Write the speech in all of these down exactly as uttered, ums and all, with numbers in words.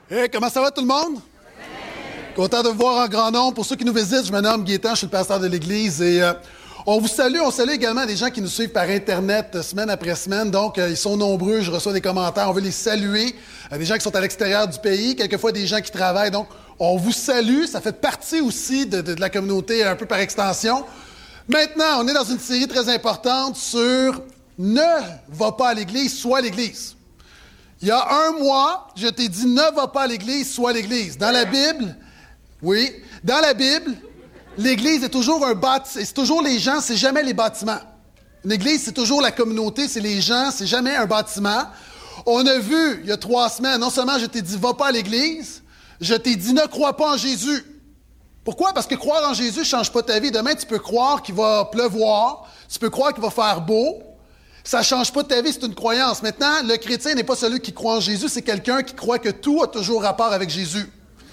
Hey, comment ça va tout le monde? Content de vous voir en grand nombre. Pour ceux qui nous visitent, je me nomme Gaétan, je suis le pasteur de l'Église et euh, on vous salue. On salue également des gens qui nous suivent par Internet euh, semaine après semaine. Donc, euh, ils sont nombreux, je reçois des commentaires, on veut les saluer. Euh, des gens qui sont à l'extérieur du pays, quelquefois des gens qui travaillent. Donc, on vous salue. Ça fait partie aussi de, de, de la communauté un peu par extension. Maintenant, on est dans une série très importante sur « Ne va pas à l'Église, sois à l'Église ». Il y a un mois, je t'ai dit « Ne va pas à l'Église, sois à l'Église ». Dans la Bible, oui, dans la Bible, l'Église est toujours un bâtiment, c'est toujours les gens, c'est jamais les bâtiments. Une Église, c'est toujours la communauté, c'est les gens, c'est jamais un bâtiment. On a vu, il y a trois semaines, non seulement je t'ai dit « Va pas à l'Église », je t'ai dit « Ne crois pas en Jésus ». Pourquoi? Parce que croire en Jésus ne change pas ta vie. Demain, tu peux croire qu'il va pleuvoir, tu peux croire qu'il va faire beau. Ça ne change pas ta vie, c'est une croyance. Maintenant, le chrétien n'est pas celui qui croit en Jésus, c'est quelqu'un qui croit que tout a toujours rapport avec Jésus.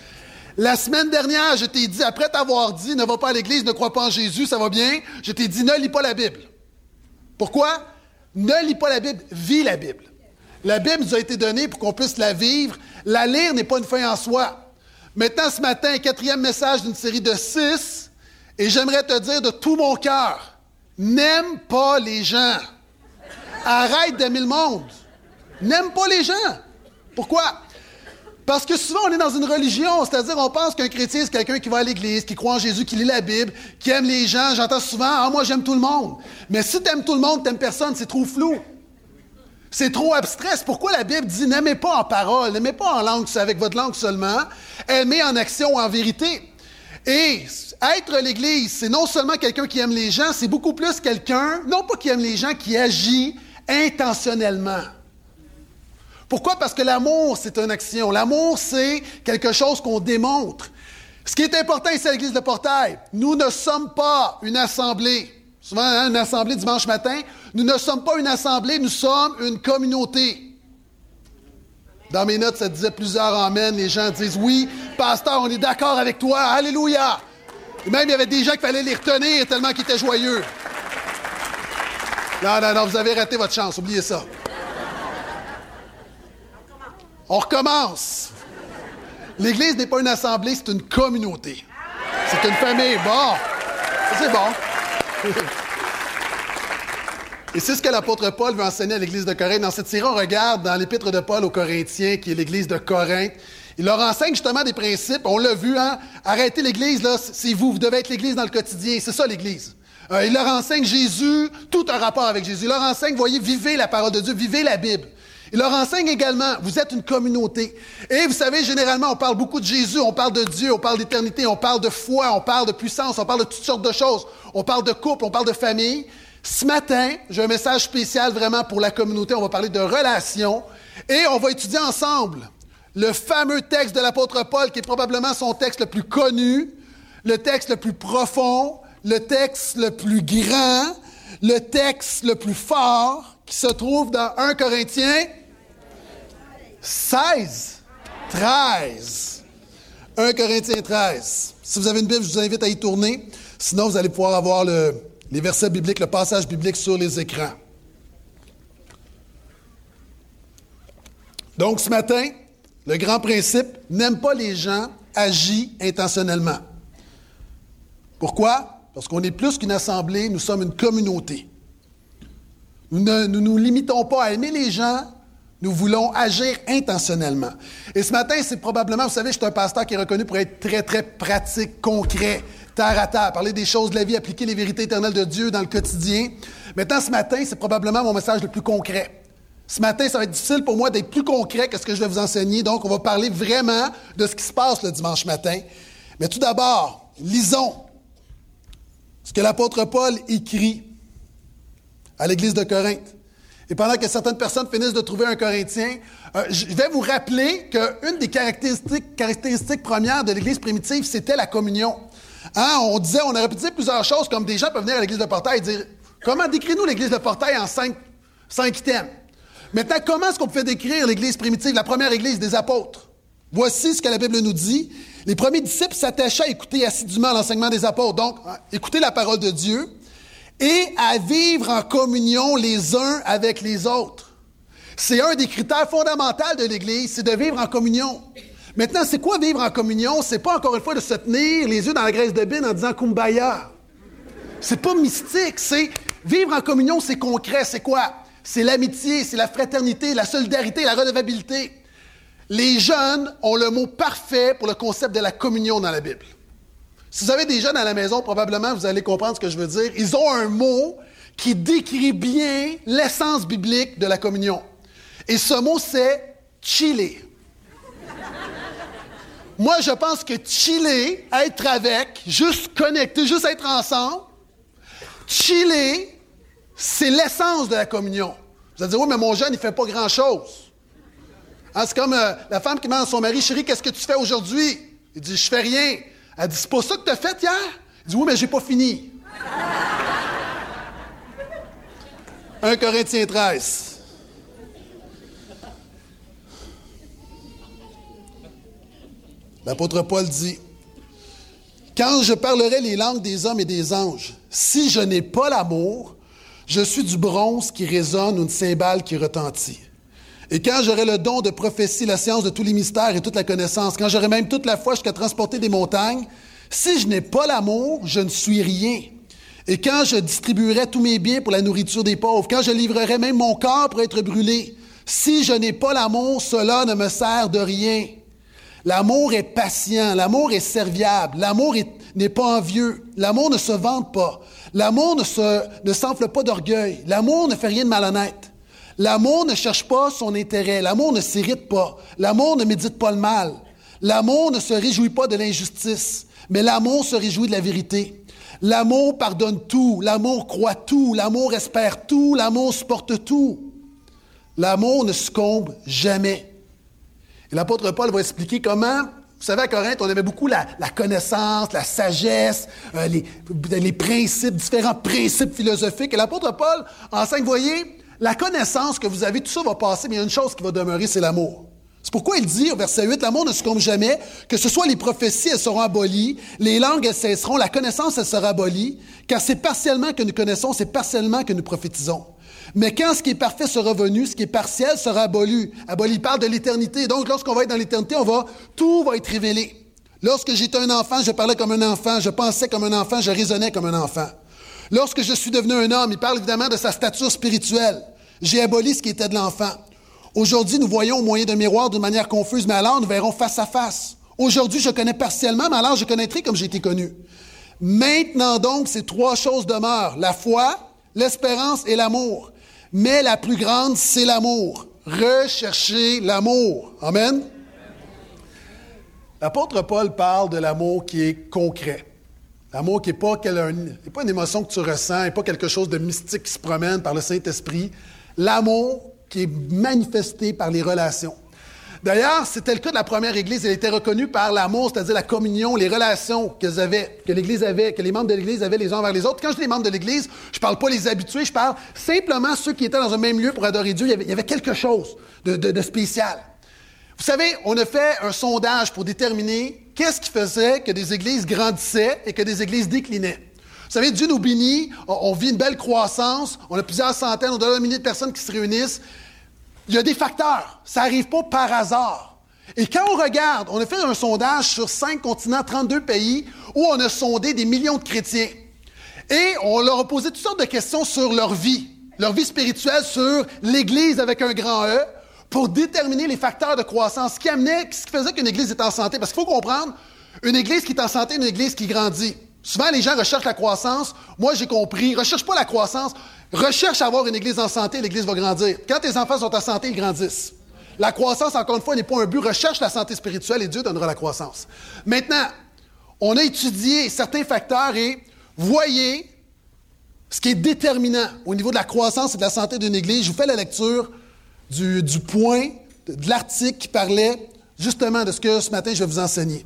La semaine dernière, je t'ai dit, après t'avoir dit, ne va pas à l'Église, ne crois pas en Jésus, ça va bien, je t'ai dit, ne lis pas la Bible. Pourquoi? Ne lis pas la Bible, vis la Bible. La Bible nous a été donnée pour qu'on puisse la vivre. La lire n'est pas une fin en soi. Maintenant, ce matin, quatrième message d'une série de six, et j'aimerais te dire de tout mon cœur, n'aime pas les gens. Arrête d'aimer le monde. N'aime pas les gens. Pourquoi? Parce que souvent, on est dans une religion, c'est-à-dire on pense qu'un chrétien, c'est quelqu'un qui va à l'église, qui croit en Jésus, qui lit la Bible, qui aime les gens. J'entends souvent, « Ah, moi, j'aime tout le monde. » Mais si tu aimes tout le monde, tu n'aimes personne, c'est trop flou. C'est trop abstrait. C'est pourquoi la Bible dit, n'aimez pas en parole, n'aimez pas en langue, avec votre langue seulement, aimez en action ou en vérité. Et être l'Église, c'est non seulement quelqu'un qui aime les gens, c'est beaucoup plus quelqu'un, non pas qui aime les gens, qui agit intentionnellement. Pourquoi? Parce que l'amour, c'est une action. L'amour, c'est quelque chose qu'on démontre. Ce qui est important ici à l'Église de Portail, nous ne sommes pas une assemblée. Souvent, hein, une assemblée dimanche matin. Nous ne sommes pas une assemblée, nous sommes une communauté. Dans mes notes, ça disait plusieurs amens. Les gens disent, oui, pasteur, on est d'accord avec toi. Alléluia. Et même, il y avait des gens qu'il fallait les retenir tellement qu'ils étaient joyeux. Non, non, non, vous avez raté votre chance. Oubliez ça. On recommence. L'Église n'est pas une assemblée, c'est une communauté. C'est une famille. Bon, c'est bon. Et c'est ce que l'apôtre Paul veut enseigner à l'Église de Corinthe. Dans cette série, on regarde dans l'épître de Paul aux Corinthiens, qui est l'Église de Corinthe. Il leur enseigne justement des principes. On l'a vu, hein? Arrêtez l'Église, là, c'est vous. Vous devez être l'Église dans le quotidien. C'est ça, l'Église. Euh, il leur enseigne Jésus, tout un rapport avec Jésus. Il leur enseigne, voyez, vivez la parole de Dieu, vivez la Bible. Il leur enseigne également, vous êtes une communauté. Et vous savez, généralement, on parle beaucoup de Jésus, on parle de Dieu, on parle d'éternité, on parle de foi, on parle de puissance, on parle de toutes sortes de choses. On parle de couple, on parle de famille. Ce matin, j'ai un message spécial vraiment pour la communauté. On va parler de relations et on va étudier ensemble le fameux texte de l'apôtre Paul, qui est probablement son texte le plus connu, le texte le plus profond, le texte le plus grand, le texte le plus fort, qui se trouve dans un Corinthiens seize, treize. un Corinthiens treize. Si vous avez une Bible, je vous invite à y tourner. Sinon, vous allez pouvoir avoir le, les versets bibliques, le passage biblique sur les écrans. Donc, ce matin, le grand principe, n'aime pas les gens, agis intentionnellement. Pourquoi? Parce qu'on est plus qu'une assemblée, nous sommes une communauté. Nous ne nous, nous limitons pas à aimer les gens, nous voulons agir intentionnellement. Et ce matin, c'est probablement, vous savez, je suis un pasteur qui est reconnu pour être très, très pratique, concret, terre à terre, parler des choses de la vie, appliquer les vérités éternelles de Dieu dans le quotidien. Maintenant, ce matin, c'est probablement mon message le plus concret. Ce matin, ça va être difficile pour moi d'être plus concret que ce que je vais vous enseigner, donc on va parler vraiment de ce qui se passe le dimanche matin. Mais tout d'abord, lisons ce que l'apôtre Paul écrit à l'Église de Corinthe. Et pendant que certaines personnes finissent de trouver un Corinthien, euh, je vais vous rappeler qu'une des caractéristiques, caractéristiques premières de l'Église primitive, c'était la communion. Hein, on disait, on aurait pu dire plusieurs choses, comme des gens peuvent venir à l'Église de Portail et dire, comment décris-nous l'Église de Portail en cinq, cinq items? Maintenant, comment est-ce qu'on peut décrire l'Église primitive, la première Église des apôtres? Voici ce que la Bible nous dit. Les premiers disciples s'attachaient à écouter assidûment l'enseignement des apôtres. Donc, hein, écouter la parole de Dieu et à vivre en communion les uns avec les autres. C'est un des critères fondamentaux de l'Église, c'est de vivre en communion. Maintenant, c'est quoi vivre en communion? C'est pas encore une fois de se tenir les yeux dans la graisse de bine en disant « Kumbaya ». C'est pas mystique, c'est vivre en communion, c'est concret. C'est quoi? C'est l'amitié, c'est la fraternité, la solidarité, la redevabilité. Les jeunes ont le mot parfait pour le concept de la communion dans la Bible. Si vous avez des jeunes à la maison, probablement vous allez comprendre ce que je veux dire. Ils ont un mot qui décrit bien l'essence biblique de la communion. Et ce mot, c'est « chiller ». Moi, je pense que chiller, être avec, juste connecter, juste être ensemble, chiller, c'est l'essence de la communion. Vous allez dire, oui, mais mon jeune, il ne fait pas grand-chose. Hein, c'est comme euh, la femme qui demande à son mari, « Chérie, qu'est-ce que tu fais aujourd'hui? » Il dit, « Je fais rien. » Elle dit, « C'est pas ça que tu as fait hier? » Il dit, « Oui, mais j'ai pas fini. » un Corinthiens treize. L'apôtre Paul dit, « Quand je parlerai les langues des hommes et des anges, si je n'ai pas l'amour, je suis du bronze qui résonne ou une cymbale qui retentit. Et quand j'aurai le don de prophétie, la science de tous les mystères et toute la connaissance, quand j'aurai même toute la foi jusqu'à transporter des montagnes, si je n'ai pas l'amour, je ne suis rien. Et quand je distribuerai tous mes biens pour la nourriture des pauvres, quand je livrerai même mon corps pour être brûlé, si je n'ai pas l'amour, cela ne me sert de rien. L'amour est patient, l'amour est serviable, l'amour est, n'est pas envieux, l'amour ne se vante pas, l'amour ne, se, ne s'enfle pas d'orgueil, l'amour ne fait rien de malhonnête. L'amour ne cherche pas son intérêt. L'amour ne s'irrite pas. L'amour ne médite pas le mal. L'amour ne se réjouit pas de l'injustice, mais l'amour se réjouit de la vérité. L'amour pardonne tout. L'amour croit tout. L'amour espère tout. L'amour supporte tout. L'amour ne succombe jamais. Et l'apôtre Paul va expliquer comment, vous savez, à Corinthe, on aimait beaucoup la, la connaissance, la sagesse, euh, les, les principes, différents principes philosophiques. Et l'apôtre Paul enseigne, voyez, la connaissance que vous avez, tout ça va passer, mais il y a une chose qui va demeurer, c'est l'amour. C'est pourquoi il dit, au verset huit, l'amour ne succombe jamais, que ce soit les prophéties, elles seront abolies, les langues, elles cesseront, la connaissance, elle sera abolie, car c'est partiellement que nous connaissons, c'est partiellement que nous prophétisons. Mais quand ce qui est parfait sera venu, ce qui est partiel sera aboli. Aboli, il parle de l'éternité. Donc, lorsqu'on va être dans l'éternité, on va, tout va être révélé. Lorsque j'étais un enfant, je parlais comme un enfant, je pensais comme un enfant, je raisonnais comme un enfant. Lorsque je suis devenu un homme, il parle évidemment de sa stature spirituelle. J'ai aboli ce qui était de l'enfant. Aujourd'hui, nous voyons au moyen d'un miroir d'une manière confuse, mais alors nous verrons face à face. Aujourd'hui, je connais partiellement, mais alors je connaîtrai comme j'ai été connu. Maintenant donc, ces trois choses demeurent, la foi, l'espérance et l'amour. Mais la plus grande, c'est l'amour. Recherchez l'amour. Amen. L'apôtre Paul parle de l'amour qui est concret. L'amour qui n'est pas, pas une émotion que tu ressens, n'est pas quelque chose de mystique qui se promène par le Saint-Esprit. L'amour qui est manifesté par les relations. D'ailleurs, c'était le cas de la première Église. Elle était reconnue par l'amour, c'est-à-dire la communion, les relations qu'elles avaient, que l'Église avait, que les membres de l'Église avaient les uns envers les autres. Quand je dis les membres de l'Église, je ne parle pas les habitués, je parle simplement ceux qui étaient dans un même lieu pour adorer Dieu. Il y avait, il y avait quelque chose de, de, de spécial. Vous savez, on a fait un sondage pour déterminer qu'est-ce qui faisait que des églises grandissaient et que des églises déclinaient. Vous savez, Dieu nous bénit, on, on vit une belle croissance, on a plusieurs centaines, au-delà d'un millier de personnes qui se réunissent. Il y a des facteurs, ça n'arrive pas par hasard. Et quand on regarde, on a fait un sondage sur cinq continents, trente-deux pays, où on a sondé des millions de chrétiens. Et on leur a posé toutes sortes de questions sur leur vie, leur vie spirituelle, sur l'Église avec un grand E, pour déterminer les facteurs de croissance, ce qui amenait, ce qui faisait qu'une Église est en santé. Parce qu'il faut comprendre, une Église qui est en santé, une Église qui grandit. Souvent, les gens recherchent la croissance. Moi, j'ai compris, recherche pas la croissance, recherche à avoir une Église en santé, l'Église va grandir. Quand tes enfants sont en santé, ils grandissent. La croissance, encore une fois, n'est pas un but. Recherche la santé spirituelle et Dieu donnera la croissance. Maintenant, on a étudié certains facteurs et voyez ce qui est déterminant au niveau de la croissance et de la santé d'une Église. Je vous fais la lecture du, du point, de, de l'article qui parlait justement de ce que ce matin je vais vous enseigner.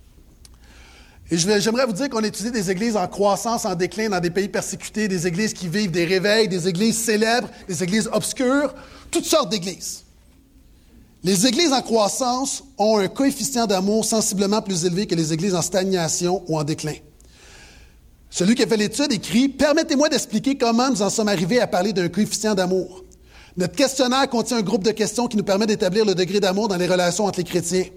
Et je vais, j'aimerais vous dire qu'on étudie des églises en croissance, en déclin, dans des pays persécutés, des églises qui vivent des réveils, des églises célèbres, des églises obscures, toutes sortes d'églises. Les églises en croissance ont un coefficient d'amour sensiblement plus élevé que les églises en stagnation ou en déclin. Celui qui a fait l'étude écrit « Permettez-moi d'expliquer comment nous en sommes arrivés à parler d'un coefficient d'amour. Notre questionnaire contient un groupe de questions qui nous permet d'établir le degré d'amour dans les relations entre les chrétiens.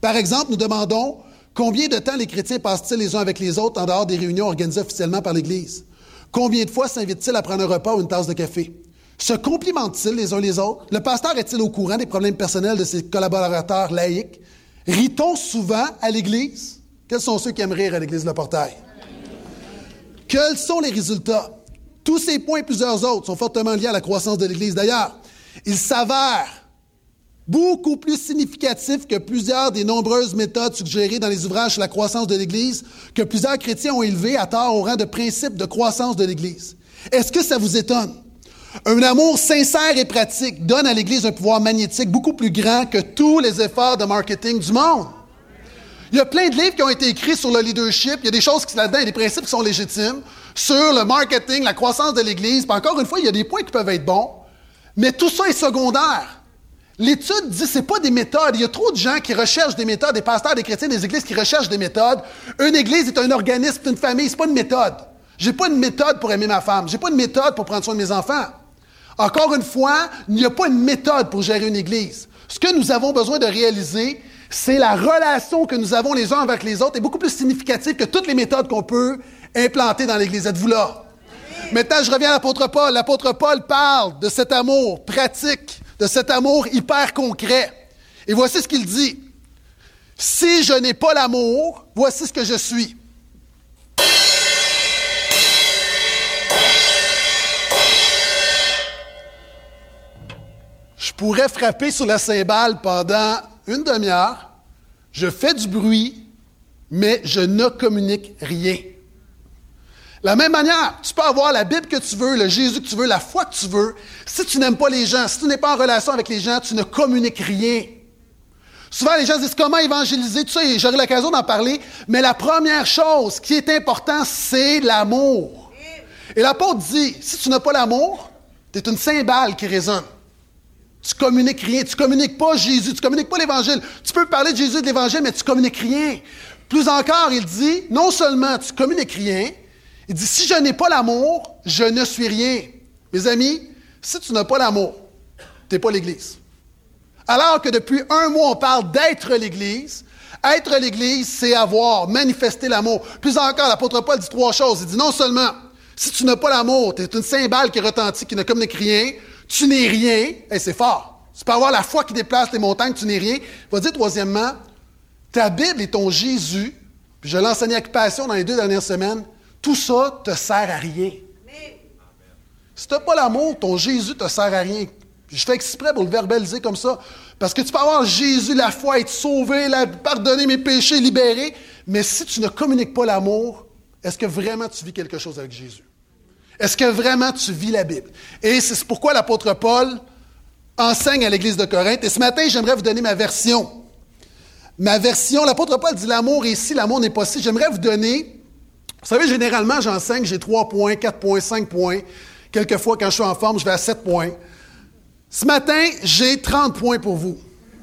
Par exemple, nous demandons combien de temps les chrétiens passent-ils les uns avec les autres en dehors des réunions organisées officiellement par l'Église? Combien de fois s'invitent-ils à prendre un repas ou une tasse de café? Se complimentent-ils les uns les autres? Le pasteur est-il au courant des problèmes personnels de ses collaborateurs laïcs? Rit-on souvent à l'Église? Quels sont ceux qui aiment rire à l'Église Le Portail? Quels sont les résultats? Tous ces points et plusieurs autres sont fortement liés à la croissance de l'Église. D'ailleurs, il s'avère beaucoup plus significatif que plusieurs des nombreuses méthodes suggérées dans les ouvrages sur la croissance de l'Église que plusieurs chrétiens ont élevé à tort au rang de principe de croissance de l'Église. Est-ce que ça vous étonne? Un amour sincère et pratique donne à l'Église un pouvoir magnétique beaucoup plus grand que tous les efforts de marketing du monde. Il y a plein de livres qui ont été écrits sur le leadership. Il y a des choses qui là-dedans, il y a des principes qui sont légitimes sur le marketing, la croissance de l'Église. Puis encore une fois, il y a des points qui peuvent être bons, mais tout ça est secondaire. L'étude dit que ce n'est pas des méthodes. Il y a trop de gens qui recherchent des méthodes, des pasteurs, des chrétiens, des églises qui recherchent des méthodes. Une église est un organisme, c'est une famille, ce n'est pas une méthode. Je n'ai pas une méthode pour aimer ma femme. Je n'ai pas une méthode pour prendre soin de mes enfants. Encore une fois, il n'y a pas une méthode pour gérer une église. Ce que nous avons besoin de réaliser, c'est la relation que nous avons les uns avec les autres est beaucoup plus significative que toutes les méthodes qu'on peut implanter dans l'Église. Êtes-vous là? Maintenant, je reviens à l'apôtre Paul. L'apôtre Paul parle de cet amour pratique, de cet amour hyper concret. Et voici ce qu'il dit. « Si je n'ai pas l'amour, voici ce que je suis. » Je pourrais frapper sur la cymbale pendant une demi-heure, je fais du bruit, mais je ne communique rien. De la même manière, tu peux avoir la Bible que tu veux, le Jésus que tu veux, la foi que tu veux. Si tu n'aimes pas les gens, si tu n'es pas en relation avec les gens, tu ne communiques rien. Souvent, les gens disent comment évangéliser, tout ça, et j'aurai l'occasion d'en parler, mais la première chose qui est importante, c'est l'amour. Et l'apôtre dit, si tu n'as pas l'amour, tu es une cymbale qui résonne. Tu communiques rien, tu communiques pas Jésus, tu communiques pas l'Évangile. Tu peux parler de Jésus et de l'Évangile, mais tu communiques rien. Plus encore, il dit, non seulement tu communiques rien, il dit, si je n'ai pas l'amour, je ne suis rien. Mes amis, si tu n'as pas l'amour, tu n'es pas l'Église. Alors que depuis un mois, on parle d'être l'Église. Être l'Église, c'est avoir, manifester l'amour. Plus encore, l'apôtre Paul dit trois choses. Il dit, non seulement, si tu n'as pas l'amour, tu es une cymbale qui retentit, qui ne communique rien, tu n'es rien, hey, c'est fort. Tu peux avoir la foi qui déplace les montagnes, tu n'es rien. Il va dire, troisièmement, ta Bible et ton Jésus, puis je l'ai enseigné avec passion dans les deux dernières semaines, tout ça te sert à rien. Mais... Si tu n'as pas l'amour, ton Jésus te sert à rien. Puis je fais exprès pour le verbaliser comme ça, parce que tu peux avoir Jésus, la foi, être sauvé, la, pardonner mes péchés, libéré, mais si tu ne communiques pas l'amour, est-ce que vraiment tu vis quelque chose avec Jésus? Est-ce que vraiment tu vis la Bible? Et c'est pourquoi l'apôtre Paul enseigne à l'Église de Corinthe. Et ce matin, j'aimerais vous donner ma version. Ma version, l'apôtre Paul dit l'amour est ici, l'amour n'est pas ici. J'aimerais vous donner, vous savez, généralement, j'enseigne, j'ai trois points, quatre points, cinq points. Quelquefois, quand je suis en forme, je vais à sept points. Ce matin, j'ai trente points pour vous.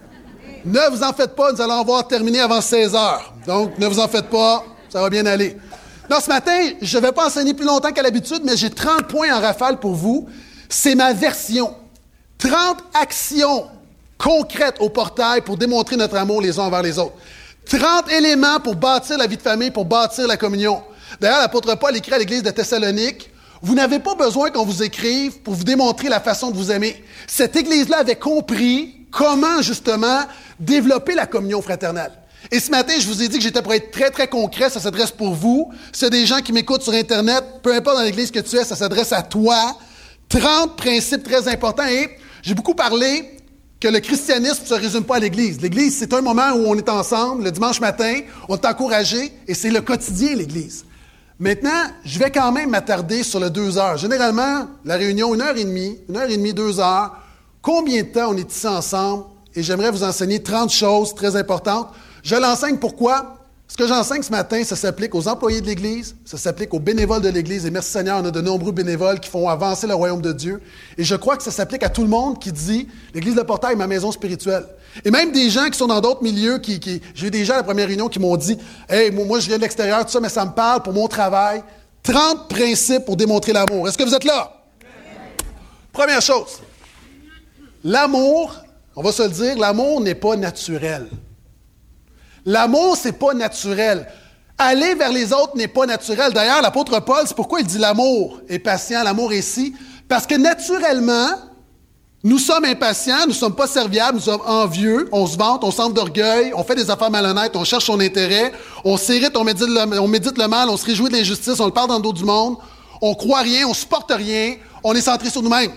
Ne vous en faites pas, nous allons avoir terminé avant seize heures. Donc, ne vous en faites pas, ça va bien aller. Non, ce matin, je ne vais pas enseigner plus longtemps qu'à l'habitude, mais j'ai trente points en rafale pour vous. C'est ma version. trente actions concrètes au portail pour démontrer notre amour les uns envers les autres. trente éléments pour bâtir la vie de famille, pour bâtir la communion. D'ailleurs, l'apôtre Paul écrit à l'Église de Thessalonique, « Vous n'avez pas besoin qu'on vous écrive pour vous démontrer la façon de vous aimer. » Cette Église-là avait compris comment, justement, développer la communion fraternelle. Et ce matin, je vous ai dit que j'étais pour être très, très concret. Ça s'adresse pour vous. S'il y a des gens qui m'écoutent sur Internet, peu importe dans l'Église que tu es, ça s'adresse à toi. trente principes très importants. Et j'ai beaucoup parlé que le christianisme ne se résume pas à l'Église. L'Église, c'est un moment où on est ensemble, le dimanche matin, on est encouragé, et c'est le quotidien, l'Église. Maintenant, je vais quand même m'attarder sur le deux heures. Généralement, la réunion, une heure et demie, une heure et demie, deux heures. Combien de temps on est ici ensemble? Et j'aimerais vous enseigner trente choses très importantes. Je l'enseigne pourquoi? Ce que j'enseigne ce matin, ça s'applique aux employés de l'Église, ça s'applique aux bénévoles de l'Église. Et merci Seigneur, on a de nombreux bénévoles qui font avancer le royaume de Dieu. Et je crois que ça s'applique à tout le monde qui dit « l'Église de Portail est ma maison spirituelle ». Et même des gens qui sont dans d'autres milieux, qui, qui j'ai eu des gens à la première réunion qui m'ont dit « Hey, moi, moi je viens de l'extérieur, tout ça, mais ça me parle pour mon travail. » trente principes pour démontrer l'amour. Est-ce que vous êtes là? Oui. Première chose, l'amour, on va se le dire, l'amour n'est pas naturel. L'amour, c'est pas naturel. Aller vers les autres n'est pas naturel. D'ailleurs, l'apôtre Paul, c'est pourquoi il dit l'amour est patient, l'amour est si. Parce que naturellement, nous sommes impatients, nous ne sommes pas serviables, nous sommes envieux, on se vante, on s'enfle d'orgueil, on fait des affaires malhonnêtes, on cherche son intérêt, on s'irrite, on médite, le, on médite le mal, on se réjouit de l'injustice, on le parle dans le dos du monde, on croit rien, on supporte rien, on est centré sur nous-mêmes.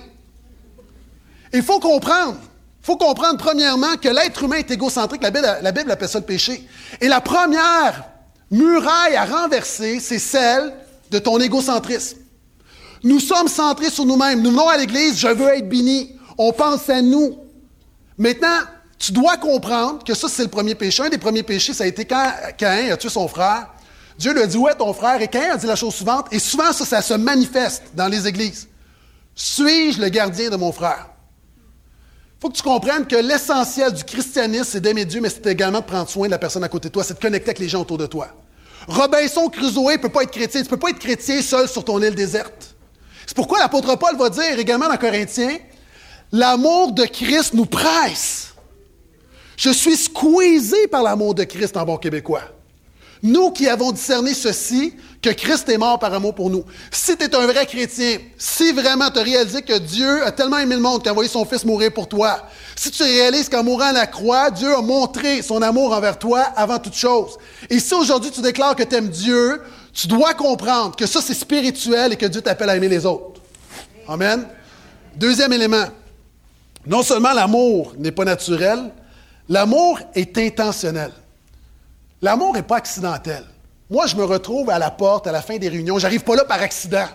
Il faut comprendre, il faut comprendre premièrement que l'être humain est égocentrique. La Bible, la Bible appelle ça le péché. Et la première muraille à renverser, c'est celle de ton égocentrisme. Nous sommes centrés sur nous-mêmes. Nous venons à l'Église, je veux être béni. On pense à nous. Maintenant, tu dois comprendre que ça, c'est le premier péché. Un des premiers péchés, ça a été quand Caïn a tué son frère. Dieu lui a dit, où est ton frère? Et Caïn a dit la chose suivante, et souvent, ça, ça se manifeste dans les églises. Suis-je le gardien de mon frère? Il faut que tu comprennes que l'essentiel du christianisme, c'est d'aimer Dieu, mais c'est également de prendre soin de la personne à côté de toi, c'est de connecter avec les gens autour de toi. Robinson Crusoe ne peut pas être chrétien. Tu ne peux pas être chrétien seul sur ton île déserte. C'est pourquoi l'apôtre Paul va dire également dans Corinthiens, l'amour de Christ nous presse. Je suis squeezé par l'amour de Christ en bon québécois. Nous qui avons discerné ceci, que Christ est mort par amour pour nous. Si tu es un vrai chrétien, si vraiment tu as réalisé que Dieu a tellement aimé le monde qu'il a envoyé son Fils mourir pour toi, si tu réalises qu'en mourant à la croix, Dieu a montré son amour envers toi avant toute chose, et si aujourd'hui tu déclares que tu aimes Dieu, tu dois comprendre que ça c'est spirituel et que Dieu t'appelle à aimer les autres. Amen. Deuxième élément, non seulement l'amour n'est pas naturel, l'amour est intentionnel. L'amour n'est pas accidentel. Moi, je me retrouve à la porte, à la fin des réunions. Je n'arrive pas là par accident.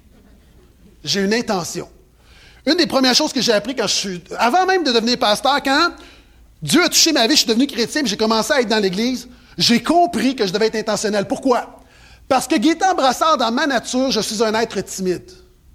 J'ai une intention. Une des premières choses que j'ai appris quand je suis... Avant même de devenir pasteur, quand Dieu a touché ma vie, je suis devenu chrétien, puis j'ai commencé à être dans l'Église, j'ai compris que je devais être intentionnel. Pourquoi? Parce que Gaétan Brassard, dans ma nature, je suis un être timide.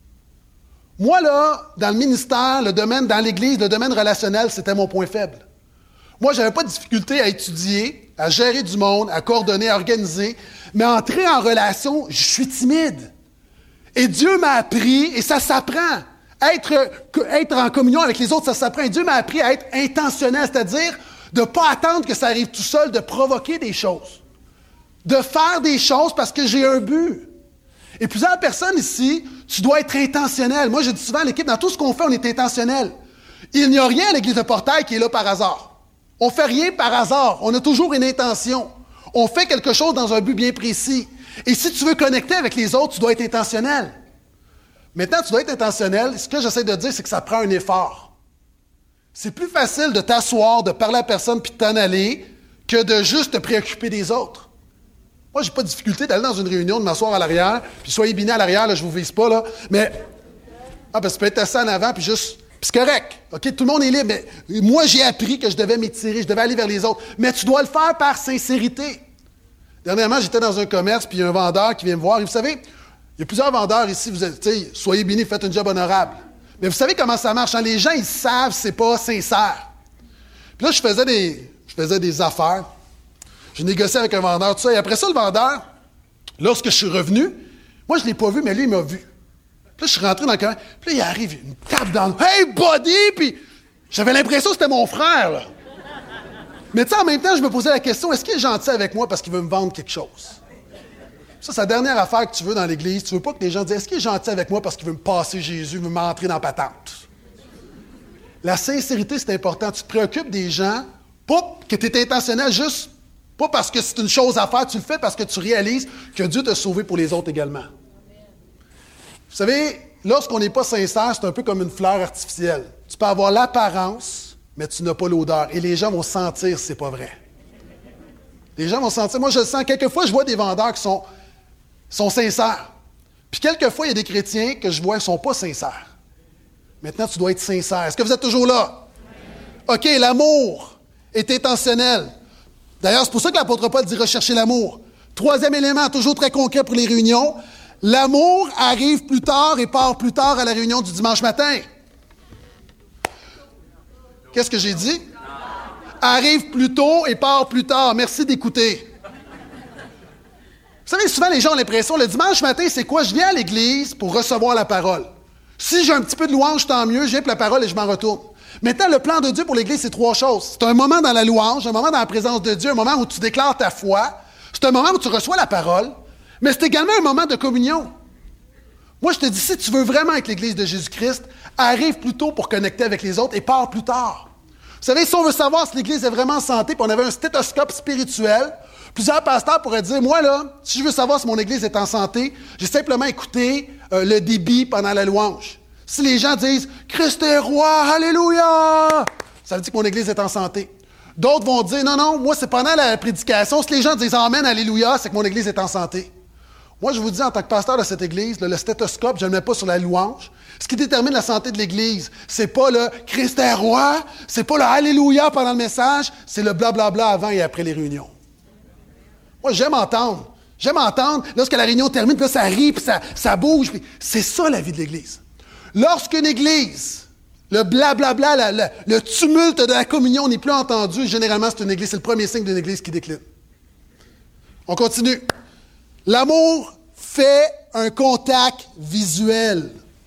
Moi, là, dans le ministère, le domaine, dans l'Église, le domaine relationnel, c'était mon point faible. Moi, je n'avais pas de difficulté à étudier, à gérer du monde, à coordonner, à organiser, mais entrer en relation, je suis timide. Et Dieu m'a appris, et ça s'apprend, être, être en communion avec les autres, ça s'apprend. Et Dieu m'a appris à être intentionnel, c'est-à-dire de ne pas attendre que ça arrive tout seul, de provoquer des choses, de faire des choses parce que j'ai un but. Et plusieurs personnes ici, tu dois être intentionnel. Moi, je dis souvent à l'équipe, dans tout ce qu'on fait, on est intentionnel. Il n'y a rien à l'Église de Portail qui est là par hasard. On ne fait rien par hasard. On a toujours une intention. On fait quelque chose dans un but bien précis. Et si tu veux connecter avec les autres, tu dois être intentionnel. Maintenant, tu dois être intentionnel. Ce que j'essaie de dire, c'est que ça prend un effort. C'est plus facile de t'asseoir, de parler à la personne puis de t'en aller que de juste te préoccuper des autres. Moi, je n'ai pas de difficulté d'aller dans une réunion, de m'asseoir à l'arrière, puis soyez bénis à l'arrière, là, je ne vous vise pas, là. Mais, ah, ben, ça peut être assis en avant, puis juste... Puis c'est correct, OK? Tout le monde est libre. Mais moi, j'ai appris que je devais m'étirer, je devais aller vers les autres. Mais tu dois le faire par sincérité. Dernièrement, j'étais dans un commerce, puis il y a un vendeur qui vient me voir. Et vous savez, il y a plusieurs vendeurs ici, vous êtes, soyez bénis, faites un job honorable. Mais vous savez comment ça marche, hein? Les gens, ils savent c'est pas sincère. Puis là, je faisais des, je faisais des affaires. Je négociais avec un vendeur, tout ça. Et après ça, le vendeur, lorsque je suis revenu, moi, je ne l'ai pas vu, mais lui, il m'a vu. Puis là, je suis rentré dans le commerce. Puis là, il arrive, il me tape dans le... Hey, buddy! Puis j'avais l'impression que c'était mon frère, là. Mais tu sais, en même temps, je me posais la question, est-ce qu'il est gentil avec moi parce qu'il veut me vendre quelque chose? Ça, c'est la dernière affaire que tu veux dans l'Église. Tu veux pas que les gens disent, est-ce qu'il est gentil avec moi parce qu'il veut me passer Jésus, veut m'entrer dans la patente? La sincérité, c'est important. Tu te préoccupes des gens, pas que tu es intentionnel, juste pas parce que c'est une chose à faire, tu le fais parce que tu réalises que Dieu t'a sauvé pour les autres également. Vous savez, lorsqu'on n'est pas sincère, c'est un peu comme une fleur artificielle. Tu peux avoir l'apparence, mais tu n'as pas l'odeur. Et les gens vont sentir si ce n'est pas vrai. Les gens vont sentir. Moi, je le sens. Quelquefois, je vois des vendeurs qui sont, sont sincères. Puis quelquefois, il y a des chrétiens que je vois qui ne sont pas sincères. Maintenant, tu dois être sincère. Est-ce que vous êtes toujours là? OK, l'amour est intentionnel. D'ailleurs, c'est pour ça que l'apôtre Paul dit rechercher l'amour. Troisième élément, toujours très concret pour les réunions. L'amour arrive plus tard et part plus tard à la réunion du dimanche matin. Qu'est-ce que j'ai dit? Arrive plus tôt et part plus tard. Merci d'écouter. Vous savez, souvent, les gens ont l'impression, le dimanche matin, c'est quoi? Je viens à l'église pour recevoir la parole. Si j'ai un petit peu de louange, tant mieux, je viens pour la parole et je m'en retourne. Maintenant, le plan de Dieu pour l'Église, c'est trois choses. C'est un moment dans la louange, un moment dans la présence de Dieu, un moment où tu déclares ta foi. C'est un moment où tu reçois la parole, mais c'est également un moment de communion. Moi, je te dis, si tu veux vraiment être l'Église de Jésus-Christ, arrive plus tôt pour connecter avec les autres et pars plus tard. Vous savez, si on veut savoir si l'Église est vraiment en santé, puis on avait un stéthoscope spirituel, plusieurs pasteurs pourraient dire, moi, là, si je veux savoir si mon Église est en santé, j'ai simplement écouté euh, le débit pendant la louange. Si les gens disent « Christ est roi, alléluia », ça veut dire que mon Église est en santé. D'autres vont dire « Non, non, moi, c'est pendant la prédication. » Si les gens disent « Amen, alléluia », c'est que mon Église est en santé. Moi, je vous dis, en tant que pasteur de cette Église, là, le stéthoscope, je ne le mets pas sur la louange. Ce qui détermine la santé de l'Église, c'est pas le « Christ est roi », c'est pas le « Alléluia » pendant le message, c'est le blablabla avant et après les réunions. Moi, j'aime entendre. J'aime entendre, lorsque la réunion termine, puis là, ça rit, puis ça, ça bouge. Puis c'est ça, la vie de l'Église. Lorsqu'une Église, le blablabla, la, la, le tumulte de la communion n'est plus entendu, généralement, c'est une Église, c'est le premier signe d'une Église qui décline. On continue. L'amour fait un contact visuel.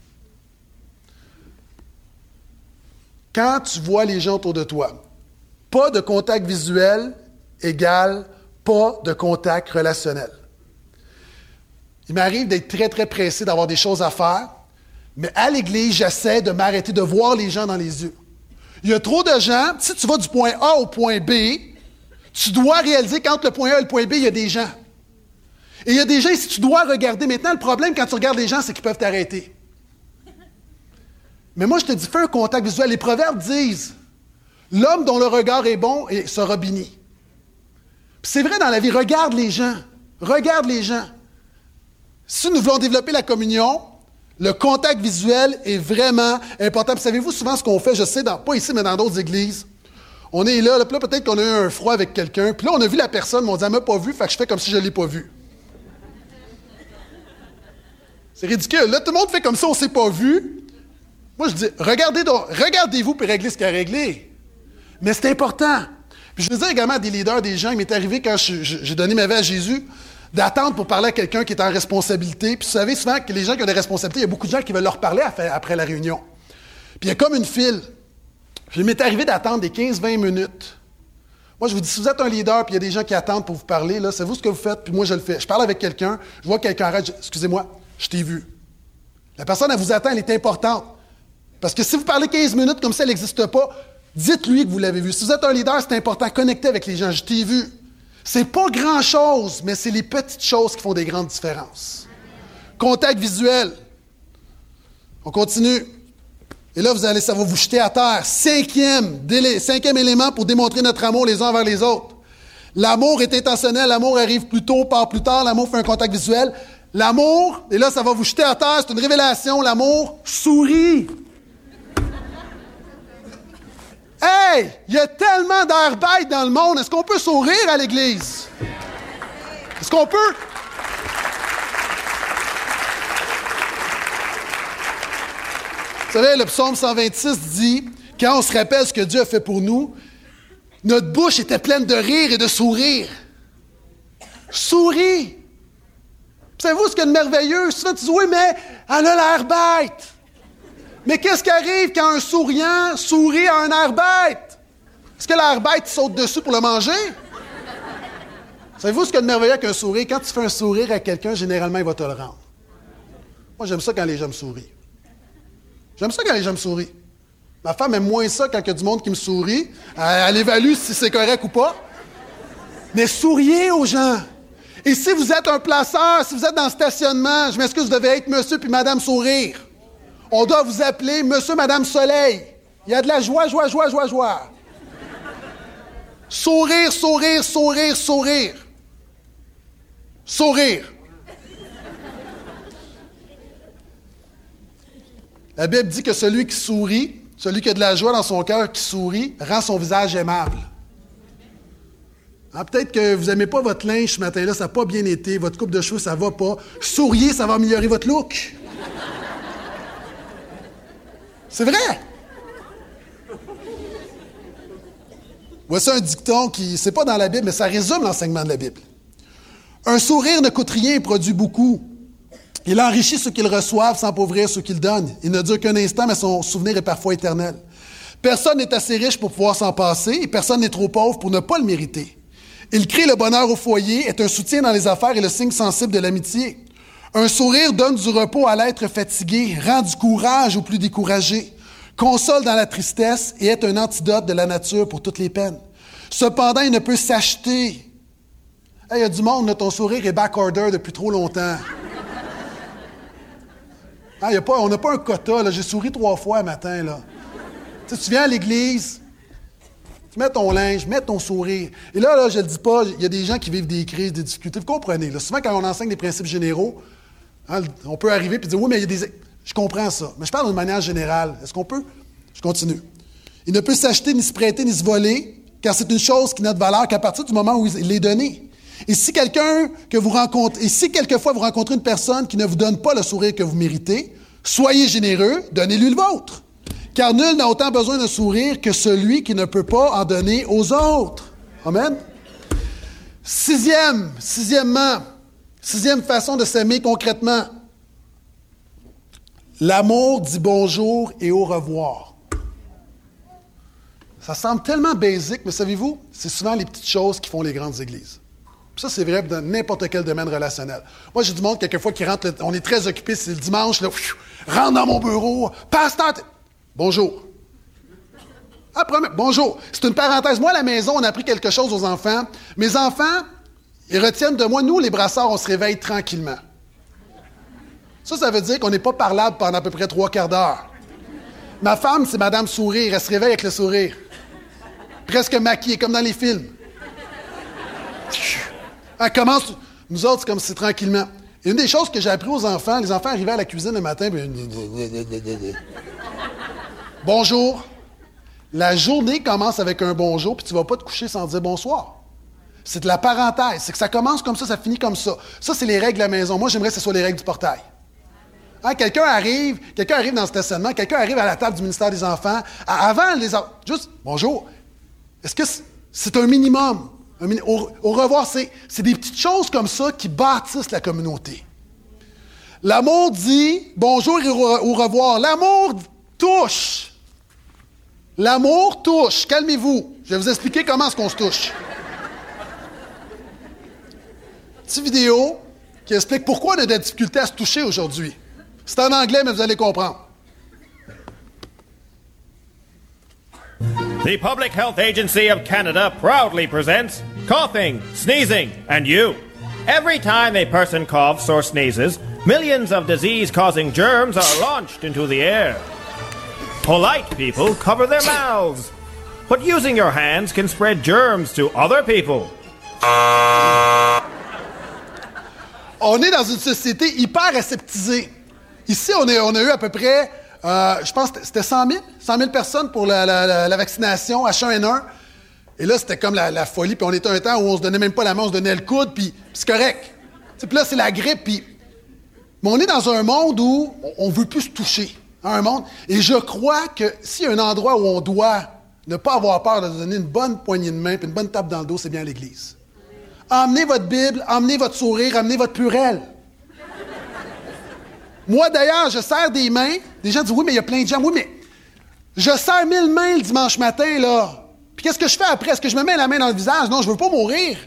Quand tu vois les gens autour de toi, pas de contact visuel égale pas de contact relationnel. Il m'arrive d'être très, très pressé, d'avoir des choses à faire, mais à l'Église, j'essaie de m'arrêter, de voir les gens dans les yeux. Il y a trop de gens, si tu vas du point A au point B, tu dois réaliser qu'entre le point A et le point B, il y a des gens. Et il y a des gens, si tu dois regarder, maintenant, le problème quand tu regardes les gens, c'est qu'ils peuvent t'arrêter. Mais moi, je te dis, fais un contact visuel. Les proverbes disent, l'homme dont le regard est bon sera béni. Puis c'est vrai dans la vie, regarde les gens. Regarde les gens. Si nous voulons développer la communion, le contact visuel est vraiment important. Puis savez-vous souvent ce qu'on fait, je sais, dans, pas ici, mais dans d'autres églises, on est là, là, puis là peut-être qu'on a eu un froid avec quelqu'un, puis là, on a vu la personne, mais on dit, elle m'a pas vu, fait que je fais comme si je ne l'ai pas vu. C'est ridicule. Là, tout le monde fait comme ça, on ne s'est pas vu. Moi, je dis, regardez donc, regardez-vous puis réglez ce qu'il y a à régler. Mais c'est important. Puis je veux dire également à des leaders, des gens, il m'est arrivé quand je, je, j'ai donné ma vie à Jésus, d'attendre pour parler à quelqu'un qui est en responsabilité. Puis vous savez souvent que les gens qui ont des responsabilités, il y a beaucoup de gens qui veulent leur parler après la réunion. Puis il y a comme une file. Puis il m'est arrivé d'attendre des quinze à vingt minutes. Moi, je vous dis, si vous êtes un leader, puis il y a des gens qui attendent pour vous parler, là, c'est vous ce que vous faites, puis moi, je le fais. Je parle avec quelqu'un, je vois quelqu'un arrête, je, excusez-moi, je t'ai vu. La personne, elle vous attend, elle est importante. Parce que si vous parlez quinze minutes comme ça, elle n'existe pas, dites-lui que vous l'avez vu. Si vous êtes un leader, c'est important, connectez avec les gens, je t'ai vu. C'est pas grand-chose, mais c'est les petites choses qui font des grandes différences. Contact visuel. On continue. Et là, vous allez, ça va vous jeter à terre. Cinquième, délai, cinquième élément pour démontrer notre amour les uns envers les autres. L'amour est intentionnel, l'amour arrive plus tôt, part plus tard, l'amour fait un contact visuel. L'amour, et là, ça va vous jeter à terre, c'est une révélation, l'amour sourit. Hey, il y a tellement d'air bête dans le monde. Est-ce qu'on peut sourire à l'Église? Est-ce qu'on peut? Vous savez, le psaume cent vingt-six dit, quand on se rappelle ce que Dieu a fait pour nous, notre bouche était pleine de rire et de sourire. Souris. Savez-vous ce qu'il y a de merveilleux? Souvent, tu dis, oui, mais elle a l'air bête. Mais qu'est-ce qui arrive quand un souriant sourit à un air bête? Est-ce que l'air bête saute dessus pour le manger? Savez-vous ce qu'il y a de merveilleux avec un sourire? Quand tu fais un sourire à quelqu'un, généralement, il va te le rendre. Moi, j'aime ça quand les gens me sourient. J'aime ça quand les gens me sourient. Ma femme aime moins ça quand il y a du monde qui me sourit. Elle, elle évalue si c'est correct ou pas. Mais souriez aux gens. Et si vous êtes un placeur, si vous êtes dans le stationnement, je m'excuse, vous devez être monsieur puis madame sourire. On doit vous appeler monsieur, madame Soleil. Il y a de la joie, joie, joie, joie, joie. Sourire, sourire, sourire, sourire. Sourire. La Bible dit que celui qui sourit, celui qui a de la joie dans son cœur, qui sourit, rend son visage aimable. Ah, peut-être que vous n'aimez pas votre linge ce matin-là, ça n'a pas bien été, votre coupe de cheveux, ça ne va pas. Souriez, ça va améliorer votre look. C'est vrai. Voici un dicton qui, c'est pas dans la Bible, mais ça résume l'enseignement de la Bible. Un sourire ne coûte rien et produit beaucoup. Il enrichit ceux qui le reçoivent sans appauvrir ceux qui le donnent. Il ne dure qu'un instant, mais son souvenir est parfois éternel. Personne n'est assez riche pour pouvoir s'en passer et personne n'est trop pauvre pour ne pas le mériter. Il crée le bonheur au foyer, est un soutien dans les affaires et le signe sensible de l'amitié. Un sourire donne du repos à l'être fatigué, rend du courage aux plus découragés, console dans la tristesse et est un antidote de la nature pour toutes les peines. Cependant, il ne peut s'acheter. Il hey, y a du monde, là, ton sourire est back-order depuis trop longtemps. Ah, y a pas, on n'a pas un quota, là. J'ai souri trois fois un matin, là. Tu sais, tu viens à l'église, tu mets ton linge, mets ton sourire. Et là, là je ne le dis pas, il y a des gens qui vivent des crises, des difficultés. Vous comprenez, là. Souvent, quand on enseigne des principes généraux, hein, on peut arriver et dire, oui, mais il y a des... Je comprends ça. Mais je parle d'une manière générale. Est-ce qu'on peut? Je continue. Il ne peut s'acheter, ni se prêter, ni se voler, car c'est une chose qui n'a de valeur qu'à partir du moment où il l'est donné. Et si quelqu'un que vous rencontrez, et si quelquefois vous rencontrez une personne qui ne vous donne pas le sourire que vous méritez, soyez généreux, donnez-lui le vôtre. Car nul n'a autant besoin d'un sourire que celui qui ne peut pas en donner aux autres. Amen. Sixième, sixièmement, sixième façon de s'aimer concrètement. L'amour dit bonjour et au revoir. Ça semble tellement basique, mais savez-vous, c'est souvent les petites choses qui font les grandes églises. Puis ça, c'est vrai dans n'importe quel domaine relationnel. Moi, j'ai du monde, quelquefois, qui rentre, on est très occupé, c'est le dimanche, là, pfiou, rentre dans mon bureau, pasteur, bonjour. Après, bonjour. C'est une parenthèse. Moi, à la maison, on a appris quelque chose aux enfants. Mes enfants, ils retiennent de moi, nous, les brassards, on se réveille tranquillement. Ça, ça veut dire qu'on n'est pas parlable pendant à peu près trois quarts d'heure. Ma femme, c'est Madame Sourire. Elle se réveille avec le sourire. Presque maquillée, comme dans les films. Elle commence... Nous autres, c'est comme si c'est tranquillement. Et une des choses que j'ai appris aux enfants, les enfants arrivaient à la cuisine le matin... Puis... Bonjour. La journée commence avec un bonjour, puis tu ne vas pas te coucher sans dire bonsoir. C'est de la parenthèse. C'est que ça commence comme ça, ça finit comme ça. Ça, c'est les règles de la maison. Moi, j'aimerais que ce soit les règles du portail. Hein, quelqu'un arrive, quelqu'un arrive dans le stationnement, quelqu'un arrive à la table du ministère des Enfants. Avant, les juste, bonjour. Est-ce que c'est un minimum? Un min... au, au revoir, c'est, c'est des petites choses comme ça qui bâtissent la communauté. L'amour dit bonjour et au revoir. L'amour touche. L'amour touche. Calmez-vous. Je vais vous expliquer comment est-ce qu'on se touche. Petite vidéo qui explique pourquoi on a de la difficulté à se toucher aujourd'hui. C'est en anglais, mais vous allez comprendre. The Public Health Agency of Canada proudly presents coughing, sneezing, and you. Every time a person coughs or sneezes, millions of disease-causing germs are launched into the air. Polite people cover their mouths, but using your hands can spread germs to other people. On est dans une société hyper aseptisée. Ici, on, est, on a eu à peu près, euh, je pense que c'était cent mille, cent mille personnes pour la, la, la, la vaccination H un N un. Et là, c'était comme la, la folie. Puis on était un temps où on se donnait même pas la main, on se donnait le coude, puis c'est correct. Puis là, c'est la grippe. Puis... Mais on est dans un monde où on ne veut plus se toucher. Hein, un monde. Et je crois que s'il y a un endroit où on doit ne pas avoir peur de donner une bonne poignée de main puis une bonne tape dans le dos, c'est bien l'Église. Emmenez votre Bible, emmenez votre sourire, emmenez votre purelle. Moi, d'ailleurs, je serre des mains. Des gens disent, oui, mais il y a plein de gens. Oui, mais je serre mille mains le dimanche matin, là. Puis qu'est-ce que je fais après? Est-ce que je me mets la main dans le visage? Non, je veux pas mourir.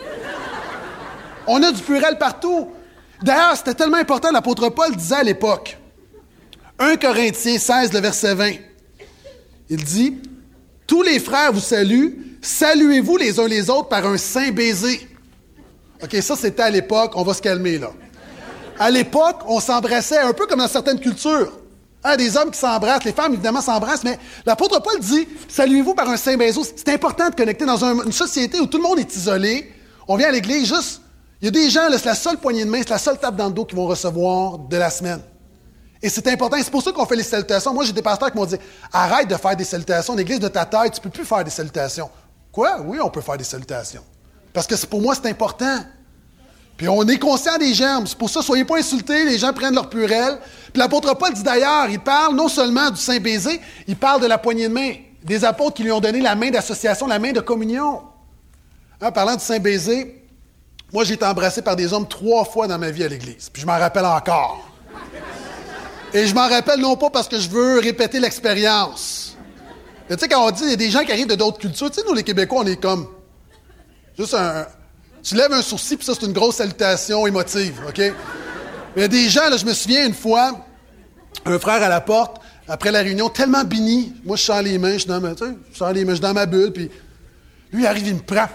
On a du purel partout. D'ailleurs, c'était tellement important, l'apôtre Paul disait à l'époque, un Corinthiens seize, le verset vingt, il dit, « Tous les frères vous saluent, saluez-vous les uns les autres par un saint baiser. » OK, ça, c'était à l'époque. On va se calmer, là. À l'époque, on s'embrassait un peu comme dans certaines cultures. Hein, des hommes qui s'embrassent, les femmes, évidemment, s'embrassent, mais l'apôtre Paul dit, « Saluez-vous par un saint baiser. » C'est important de connecter dans un, une société où tout le monde est isolé. On vient à l'église juste... Il y a des gens, là, c'est la seule poignée de main, c'est la seule tape dans le dos qu'ils vont recevoir de la semaine. Et c'est important. Et c'est pour ça qu'on fait les salutations. Moi, j'ai des pasteurs qui m'ont dit, « Arrête de faire des salutations. L'église de ta taille, tu ne peux plus faire des salutations. » Quoi? Oui, on peut faire des salutations. Parce que c'est, pour moi, c'est important. Puis on est conscient des germes. C'est pour ça, soyez pas insultés, les gens prennent leur purelle. Puis l'apôtre Paul dit d'ailleurs, il parle non seulement du saint baiser, il parle de la poignée de main. Des apôtres qui lui ont donné la main d'association, la main de communion. Hein, parlant du saint baiser, moi j'ai été embrassé par des hommes trois fois dans ma vie à l'église. Puis je m'en rappelle encore. Et je m'en rappelle non pas parce que je veux répéter l'expérience, Mais tu sais, quand on dit il y a des gens qui arrivent de d'autres cultures, tu sais, nous, les Québécois, on est comme juste un... Tu lèves un sourcil, puis ça, c'est une grosse salutation émotive, OK? Mais il y a des gens, là, je me souviens une fois, un frère à la porte, après la réunion, tellement béni, moi, je sens les mains, je suis dans ma, tu sais, je sens les mains, je suis dans ma bulle, puis lui, il arrive, il me prend.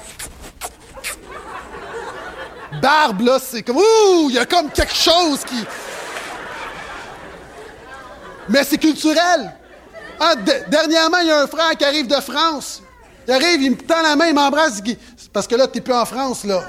Barbe, là, c'est comme, ouh, il y a comme quelque chose qui... Mais c'est culturel. Ah, de- dernièrement, il y a un frère qui arrive de France. Il arrive, il me tend la main, il m'embrasse. Il... Parce que là, t'es plus en France, là.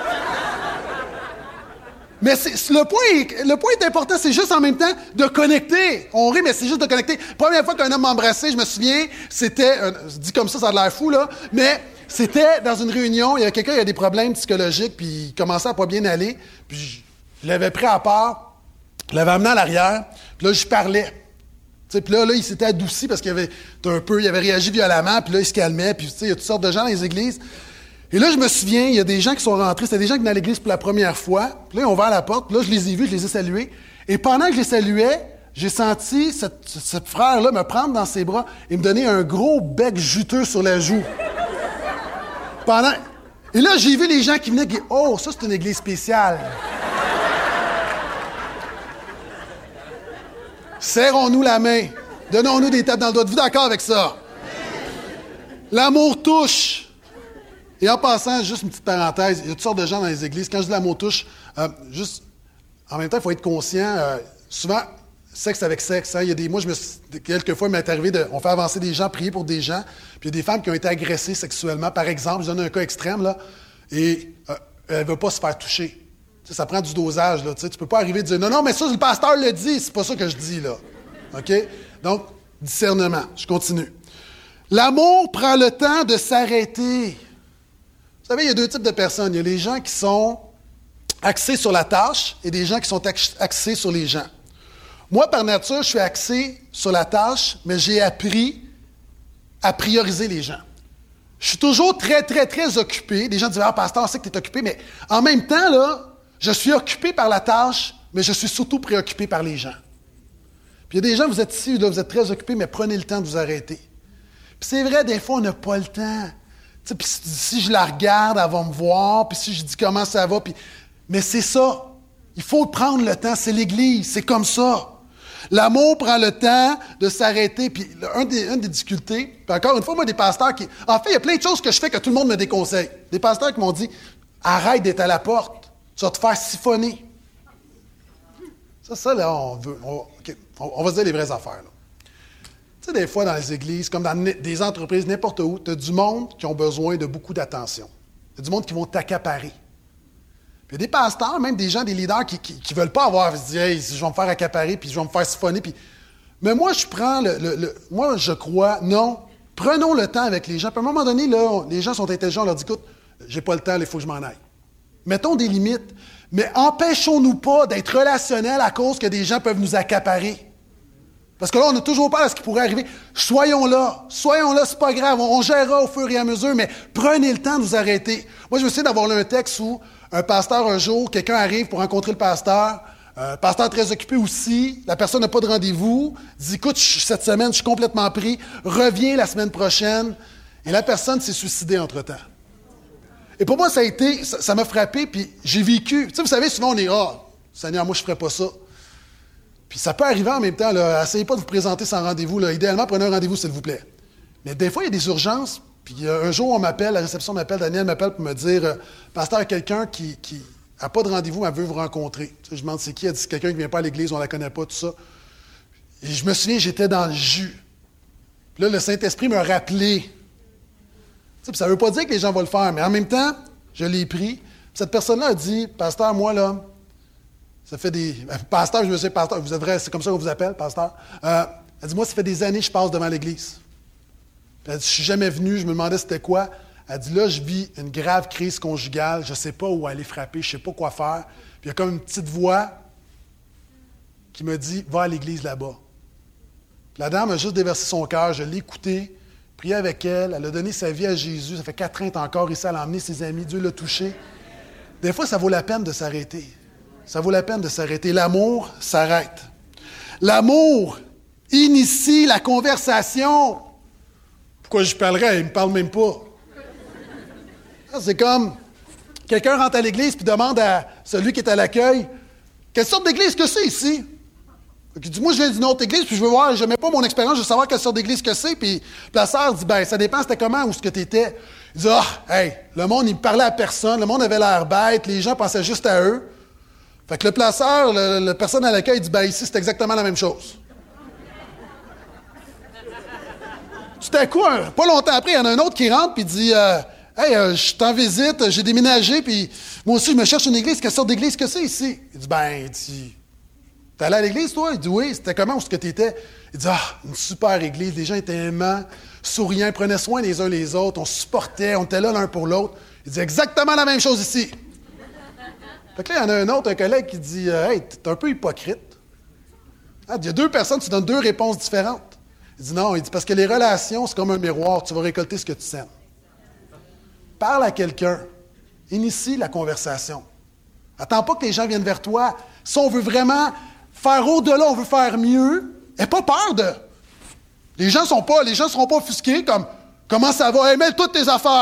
Mais c'est, le, point est, le point est important, c'est juste en même temps de connecter. On rit, mais c'est juste de connecter. Première fois qu'un homme m'a embrassé, je me souviens, c'était... Un, dit comme ça, ça a l'air fou, là. Mais c'était dans une réunion, il y avait quelqu'un qui a des problèmes psychologiques, puis il commençait à pas bien aller. Puis je, je l'avais pris à part, je l'avais amené à l'arrière, puis là, je parlais. Puis là, là, il s'était adouci parce qu'il avait un peu, il avait réagi violemment, puis là, il se calmait, puis tu sais, il y a toutes sortes de gens dans les églises. Et là, je me souviens, il y a des gens qui sont rentrés, c'était des gens qui venaient à l'église pour la première fois, puis là, ils ont ouvert la porte, puis là, je les ai vus, je les ai salués, et pendant que je les saluais, j'ai senti cette, cette frère-là me prendre dans ses bras et me donner un gros bec juteux sur la joue. Pendant... Et là, j'ai vu les gens qui venaient, qui disaient, oh, ça, c'est une église spéciale. Serrons-nous la main. Donnons-nous des tapes dans le doigt. Êtes-vous d'accord avec ça? L'amour touche. Et en passant, juste une petite parenthèse, il y a toutes sortes de gens dans les églises. Quand je dis l'amour touche, euh, juste, en même temps, il faut être conscient. Euh, souvent, sexe avec sexe. Hein, il y a des, moi, je me, quelquefois, il m'est arrivé de, on fait avancer des gens, prier pour des gens, puis il y a des femmes qui ont été agressées sexuellement. Par exemple, je donne un cas extrême, là, et euh, elle ne veut pas se faire toucher. T'sais, ça prend du dosage, là. Tu ne peux pas arriver et dire « Non, non, mais ça, le pasteur le dit. » C'est pas ça que je dis, là. OK? Donc, discernement. Je continue. L'amour prend le temps de s'arrêter. Vous savez, il y a deux types de personnes. Il y a les gens qui sont axés sur la tâche et des gens qui sont axés sur les gens. Moi, par nature, je suis axé sur la tâche, mais j'ai appris à prioriser les gens. Je suis toujours très, très, très occupé. Les gens disent « Ah, pasteur, on sait que tu es occupé. » Mais en même temps, là, je suis occupé par la tâche, mais je suis surtout préoccupé par les gens. Puis il y a des gens, vous êtes ici, là, vous êtes très occupés, mais prenez le temps de vous arrêter. Puis c'est vrai, des fois, on n'a pas le temps. Puis si je la regarde, elle va me voir, puis si je dis comment ça va, puis... Mais c'est ça. Il faut prendre le temps. C'est l'Église. C'est comme ça. L'amour prend le temps de s'arrêter. Puis un des, une des difficultés, puis encore une fois, moi, des pasteurs qui... En fait, il y a plein de choses que je fais que tout le monde me déconseille. Des pasteurs qui m'ont dit « Arrête d'être à la porte. Tu vas te faire siphonner. » Ça, ça, là, on veut... On, okay, on, on va se dire les vraies affaires, là. Tu sais, des fois, dans les églises, comme dans des entreprises, n'importe où, tu as du monde qui ont besoin de beaucoup d'attention. Il y a du monde qui vont t'accaparer. Puis il y a des pasteurs, même des gens, des leaders qui ne veulent pas avoir, ils se disent « Hey, je vais me faire accaparer, puis je vais me faire siphonner. » Puis... Mais moi, je prends le, le, le... Moi, je crois, non, prenons le temps avec les gens. Puis à un moment donné, là, on, les gens sont intelligents, on leur dit « Écoute, j'ai pas le temps, il faut que je m'en aille. » Mettons des limites, mais empêchons-nous pas d'être relationnels à cause que des gens peuvent nous accaparer. Parce que là, on a toujours peur de ce qui pourrait arriver. Soyons là. Soyons là, c'est pas grave. On, on gérera au fur et à mesure, mais prenez le temps de vous arrêter. Moi, je me souviens d'avoir lu un texte où un pasteur, un jour, quelqu'un arrive pour rencontrer le pasteur. Un pasteur très occupé aussi. La personne n'a pas de rendez-vous. Dit, écoute, cette semaine, je suis complètement pris. Reviens la semaine prochaine. Et la personne s'est suicidée entre-temps. Et pour moi, ça a été, ça, ça m'a frappé, puis j'ai vécu. Tu sais, vous savez, souvent, on est, ah, oh, Seigneur, moi, je ne ferais pas ça. Puis ça peut arriver en même temps, là, essayez pas de vous présenter sans rendez-vous, là. Idéalement, prenez un rendez-vous, s'il vous plaît. Mais des fois, il y a des urgences, puis euh, un jour, on m'appelle, la réception m'appelle, Daniel m'appelle pour me dire, euh, pasteur, il y a quelqu'un qui n'a pas de rendez-vous, elle veut vous rencontrer. Tu sais, je demande c'est qui, elle dit, c'est quelqu'un qui ne vient pas à l'église, on ne la connaît pas, tout ça. Et je me souviens, j'étais dans le jus. Puis là, le Saint-Esprit m'a rappelé. Tu sais, ça ne veut pas dire que les gens vont le faire, mais en même temps, je l'ai pris. Puis cette personne-là a dit, pasteur, moi, là, ça fait des... Pasteur, je me suis dit, pasteur, vous êtes vrai, c'est comme ça qu'on vous appelle, pasteur. Euh, elle dit, moi, ça fait des années que je passe devant l'église. Puis elle dit, je suis jamais venu, je me demandais c'était quoi. Elle dit, là, je vis une grave crise conjugale, je ne sais pas où aller frapper, je ne sais pas quoi faire. Puis il y a comme une petite voix qui me dit, va à l'église là-bas. Puis la dame a juste déversé son cœur, je l'ai écoutée, prié avec elle, elle a donné sa vie à Jésus, ça fait quatre ans qu'elle est encore ici, elle a emmené ses amis, Dieu l'a touché. Des fois, ça vaut la peine de s'arrêter. Ça vaut la peine de s'arrêter. L'amour s'arrête. L'amour initie la conversation. pourquoi je parlerais? Il me parle même pas. C'est comme quelqu'un rentre à l'église puis demande à celui qui est à l'accueil, quelle sorte d'église que c'est ici? Il dit, moi, je viens d'une autre église, puis je veux voir, je n'aimais pas mon expérience, je veux savoir quelle sorte d'église que c'est. Puis la sœur dit, ben, ça dépend, c'était comment, où ce que tu étais. Il dit, ah, hey, le monde, il me parlait à personne, le monde avait l'air bête, les gens pensaient juste à eux. Fait que le placeur, le, la personne à l'accueil, dit, ben, ici, c'est exactement la même chose. Tout à coup, un, pas longtemps après, il y en a un autre qui rentre, puis dit, euh, hey, euh, je t'en visite, j'ai déménagé, puis moi aussi, je me cherche une église, quelle sorte d'église que c'est ici? Il dit, ben, il dit, t'es allé à l'église, toi? Il dit, oui. C'était comment, où est-ce que t'étais? Il dit, ah, une super église. Les gens étaient aimants, souriants, ils prenaient soin les uns les autres. On se supportait, on était là l'un pour l'autre. Il dit, exactement la même chose ici. Fait que là, il y en a un autre, un collègue qui dit, hey, t'es un peu hypocrite. Ah, il y a deux personnes, tu donnes deux réponses différentes. Il dit, non, il dit, parce que les relations, c'est comme un miroir. Tu vas récolter ce que tu sèmes. Parle à quelqu'un. Initie la conversation. Attends pas que les gens viennent vers toi. Si on veut vraiment faire au-delà, on veut faire mieux, n'aie pas peur de... Les gens sont pas, les gens ne seront pas offusqués comme « Comment ça va? Hey, mêle toutes tes affaires! »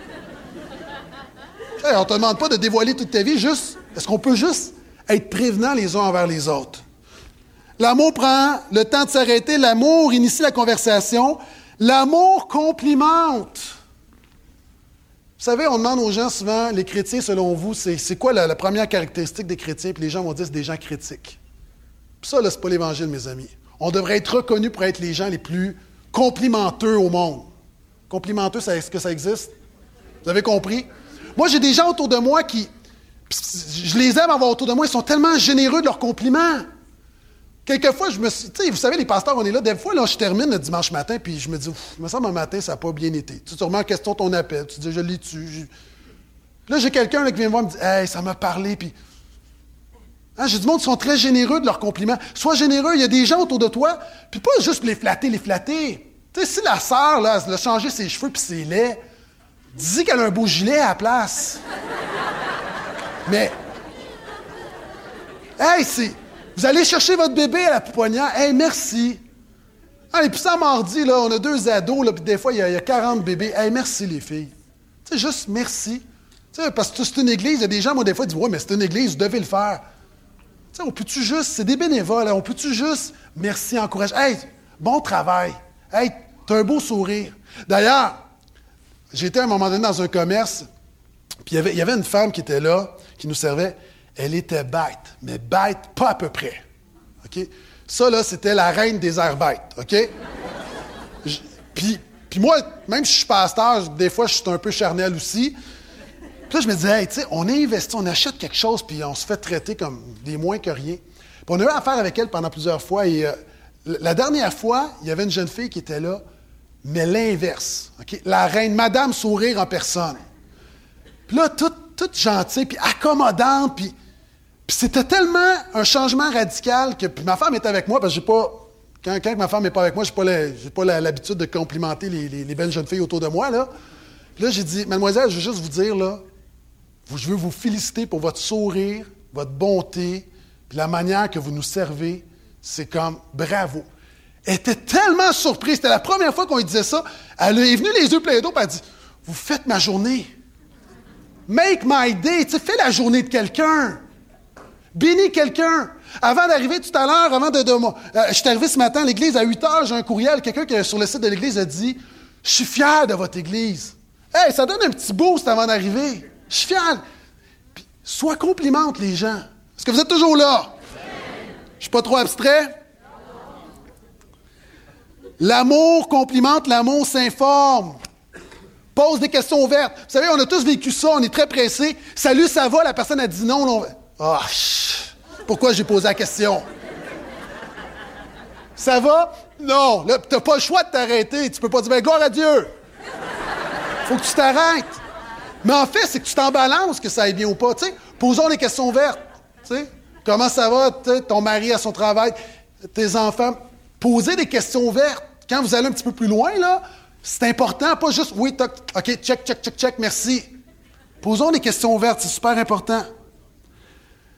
Hey, on ne te demande pas de dévoiler toute ta vie, juste... Est-ce qu'on peut juste être prévenant les uns envers les autres? L'amour prend le temps de s'arrêter. L'amour initie la conversation. L'amour complimente. Vous savez, on demande aux gens souvent, les chrétiens, selon vous, c'est, c'est quoi la, la première caractéristique des chrétiens? Puis les gens vont dire, c'est des gens critiques. Puis ça, là, c'est pas l'Évangile, mes amis. On devrait être reconnus pour être les gens les plus complimenteux au monde. Complimenteux, ça, est-ce que ça existe? Vous avez compris? Moi, j'ai des gens autour de moi qui... Je les aime avoir autour de moi, ils sont tellement généreux de leurs compliments. Quelquefois, je me suis... Tu sais, vous savez, les pasteurs, on est là. Des fois, là, je termine le dimanche matin, puis je me dis, ouf, il me semble, un matin, ça n'a pas bien été. Tu te remets en question ton appel. Tu te dis, je l'ai tu. Je... Là, j'ai quelqu'un là, qui vient me voir et me dit, hey, ça m'a parlé, puis... Hein, j'ai du monde qui sont très généreux de leurs compliments. Sois généreux, il y a des gens autour de toi, puis pas juste les flatter, les flatter. Tu sais, si la sœur, là, elle a changé ses cheveux puis ses laits, dis qu'elle a un beau gilet à la place. Mais... Hey, c'est... Vous allez chercher votre bébé à la pouponnière. Hey, merci. Ah, et puis ça, mardi, là, on a deux ados, là, puis des fois, il y, y a quarante bébés. Hey, merci, les filles. Tu sais, juste merci. Tu sais, parce que c'est une église, il y a des gens, moi, des fois, ils disent, ouais, mais c'est une église, vous devez le faire. Tu sais, on peut-tu juste, c'est des bénévoles, hein, on peut-tu juste, merci, encourage. Hey, bon travail. Hey, t'as un beau sourire. D'ailleurs, j'étais à un moment donné dans un commerce, puis il y avait, il y avait une femme qui était là, qui nous servait. Elle était bête, mais bête pas à peu près. OK? Ça, là, c'était la reine des airs bêtes. OK? Je, puis, puis moi, même si je suis pasteur, des fois, je suis un peu charnel aussi. Puis là, je me disais, hey, tu sais, on est investi, on achète quelque chose, puis on se fait traiter comme des moins que rien. Puis on a eu affaire avec elle pendant plusieurs fois. Et euh, la dernière fois, il y avait une jeune fille qui était là, mais l'inverse. OK? La reine, Madame Sourire en personne. Puis là, toute, toute gentille, puis accommodante, puis... Puis c'était tellement un changement radical que... Puis ma femme était avec moi, parce que j'ai pas... Quand, quand ma femme n'est pas avec moi, j'ai pas, la, j'ai pas la, l'habitude de complimenter les, les, les belles jeunes filles autour de moi, là. Puis là, j'ai dit, mademoiselle, je veux juste vous dire, là, je veux vous féliciter pour votre sourire, votre bonté, puis la manière que vous nous servez. C'est comme, bravo. Elle était tellement surprise. C'était la première fois qu'on lui disait ça. Elle est venue les yeux pleins d'eau, puis elle a dit, vous faites ma journée. Make my day. Tu sais, fais la journée de quelqu'un. Bénis quelqu'un. Avant d'arriver tout à l'heure, avant de... de euh, je suis arrivé ce matin à l'église à huit heures, j'ai un courriel, quelqu'un qui est sur le site de l'église a dit « Je suis fier de votre église. » Hey, ça donne un petit boost avant d'arriver. Je suis fier. Puis, sois complimente les gens. Est-ce que vous êtes toujours là? Je suis pas trop abstrait? L'amour complimente, l'amour s'informe. Pose des questions ouvertes. Vous savez, on a tous vécu ça, on est très pressés. « Salut, ça va? » La personne a dit non. non. Ah, oh, pourquoi j'ai posé la question? Ça va? Non. Là, tu n'as pas le choix de t'arrêter. Tu peux pas dire, ben, gloire à Dieu. Faut que tu t'arrêtes. Mais en fait, c'est que tu t'en balances que ça aille bien ou pas. T'sais, posons des questions ouvertes. T'sais, comment ça va? T'sais, ton mari à son travail, tes enfants. Posez des questions ouvertes. Quand vous allez un petit peu plus loin, là, c'est important. Pas juste, oui, toc, OK, check, check, check, check, merci. Posons des questions ouvertes. C'est super important.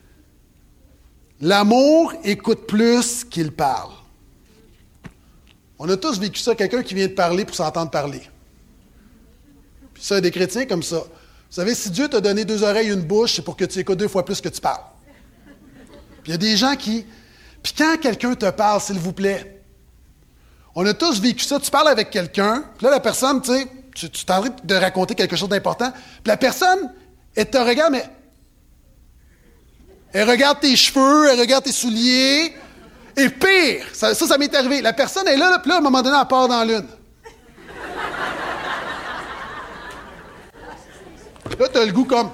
L'amour écoute plus qu'il parle. On a tous vécu ça, quelqu'un qui vient de parler pour s'entendre parler. Puis ça, il y a des chrétiens comme ça. Vous savez, si Dieu t'a donné deux oreilles et une bouche, c'est pour que tu écoutes deux fois plus que tu parles. Puis il y a des gens qui... Puis quand quelqu'un te parle, s'il vous plaît, on a tous vécu ça. Tu parles avec quelqu'un, puis là, la personne, tu sais, tu, tu t'es en train de raconter quelque chose d'important, puis la personne, elle te regarde, mais... Elle regarde tes cheveux, elle regarde tes souliers. Et pire, ça, ça, ça m'est arrivé. La personne est là, là puis là, à un moment donné, elle part dans l'une. Là, tu as le goût comme...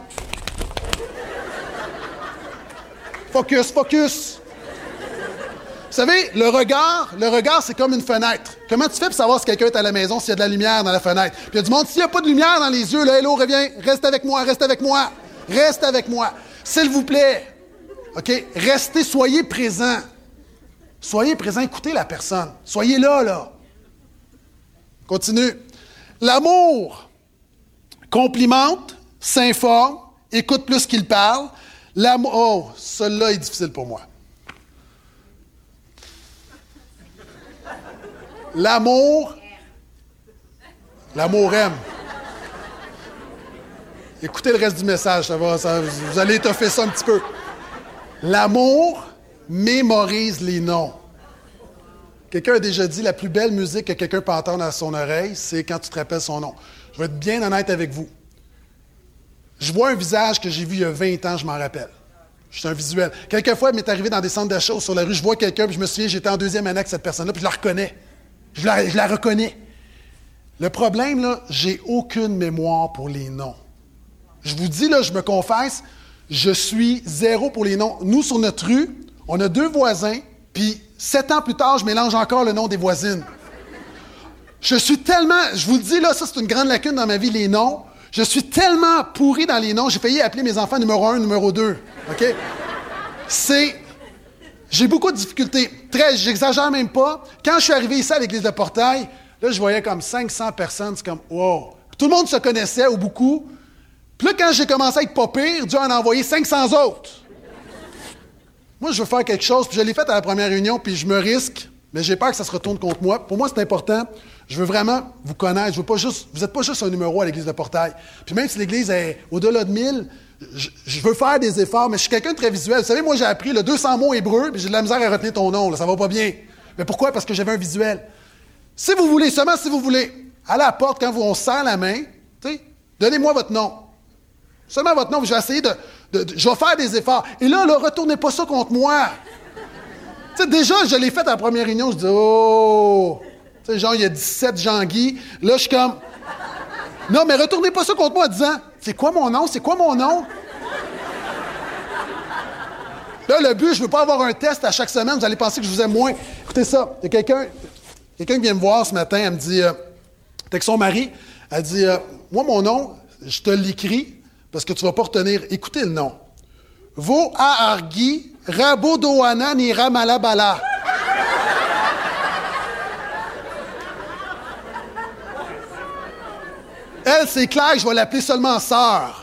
Focus, focus. Vous savez, le regard, le regard, c'est comme une fenêtre. Comment tu fais pour savoir si quelqu'un est à la maison, s'il y a de la lumière dans la fenêtre? Puis il y a du monde, s'il n'y a pas de lumière dans les yeux, là, hello, reviens, reste avec moi, reste avec moi, reste avec moi. S'il vous plaît, OK? Restez, soyez présents. Soyez présents, écoutez la personne. Soyez là, là. Continue. L'amour complimente, s'informe, écoute plus qu'il parle. L'amour... Oh, celui-là est difficile pour moi. L'amour... L'amour aime. Écoutez le reste du message, ça va, ça, vous allez étoffer ça un petit peu. L'amour mémorise les noms. Quelqu'un a déjà dit, la plus belle musique que quelqu'un peut entendre à son oreille, c'est quand tu te rappelles son nom. Je vais être bien honnête avec vous. Je vois un visage que j'ai vu il y a vingt ans, je m'en rappelle. Je suis un visuel. Quelquefois, il m'est arrivé dans des centres d'achat ou sur la rue, je vois quelqu'un, puis je me souviens, j'étais en deuxième année avec cette personne-là, puis je la reconnais. Je la, je la reconnais. Le problème, là, j'ai aucune mémoire pour les noms. Je vous dis, là, je me confesse, je suis zéro pour les noms. Nous, sur notre rue, on a deux voisins, puis sept ans plus tard, je mélange encore le nom des voisines. Je suis tellement, je vous le dis, là, ça, c'est une grande lacune dans ma vie, les noms. Je suis tellement pourri dans les noms, j'ai failli appeler mes enfants numéro un, numéro deux. OK? C'est... J'ai beaucoup de difficultés. Très, j'exagère même pas. Quand je suis arrivé ici à l'église de Portail, là, je voyais comme cinq cents personnes. C'est comme, wow! Puis tout le monde se connaissait, ou beaucoup. Puis là, quand j'ai commencé à être pas pire, Dieu en a envoyé cinq cents autres. Moi, je veux faire quelque chose, puis je l'ai fait à la première réunion, puis je me risque, mais j'ai peur que ça se retourne contre moi. Pour moi, c'est important. Je veux vraiment vous connaître. Je veux pas juste, vous n'êtes pas juste un numéro à l'église de Portail. Puis même si l'église est au-delà de mille, je, je veux faire des efforts, mais je suis quelqu'un de très visuel. Vous savez, moi, j'ai appris le deux cents mots hébreux, puis j'ai de la misère à retenir ton nom. Là, ça va pas bien. Mais pourquoi? Parce que j'avais un visuel. Si vous voulez, seulement si vous voulez, à la porte, quand vous, on se serre la main, tu sais, donnez-moi votre nom. Seulement votre nom, je vais essayer de, de, de... Je vais faire des efforts. Et là, ne retournez pas ça contre moi. Tu sais, déjà, je l'ai fait à la première réunion, je dis, oh... Tu sais, genre, il y a dix-sept Jean-Guy. Là, je suis comme... Non, mais retournez pas ça contre moi en disant, c'est quoi mon nom? C'est quoi mon nom? Là, le but, je veux pas avoir un test à chaque semaine, vous allez penser que je vous aime moins. Écoutez ça, il y a quelqu'un, quelqu'un qui vient me voir ce matin, elle me dit, euh, t'es avec son mari, elle dit, euh, moi, mon nom, je te l'écris, parce que tu vas pas retenir. Écoutez le nom. Vo Aargi Rabodoana ni Ramalabala. Elle, c'est clair, je vais l'appeler seulement sœur.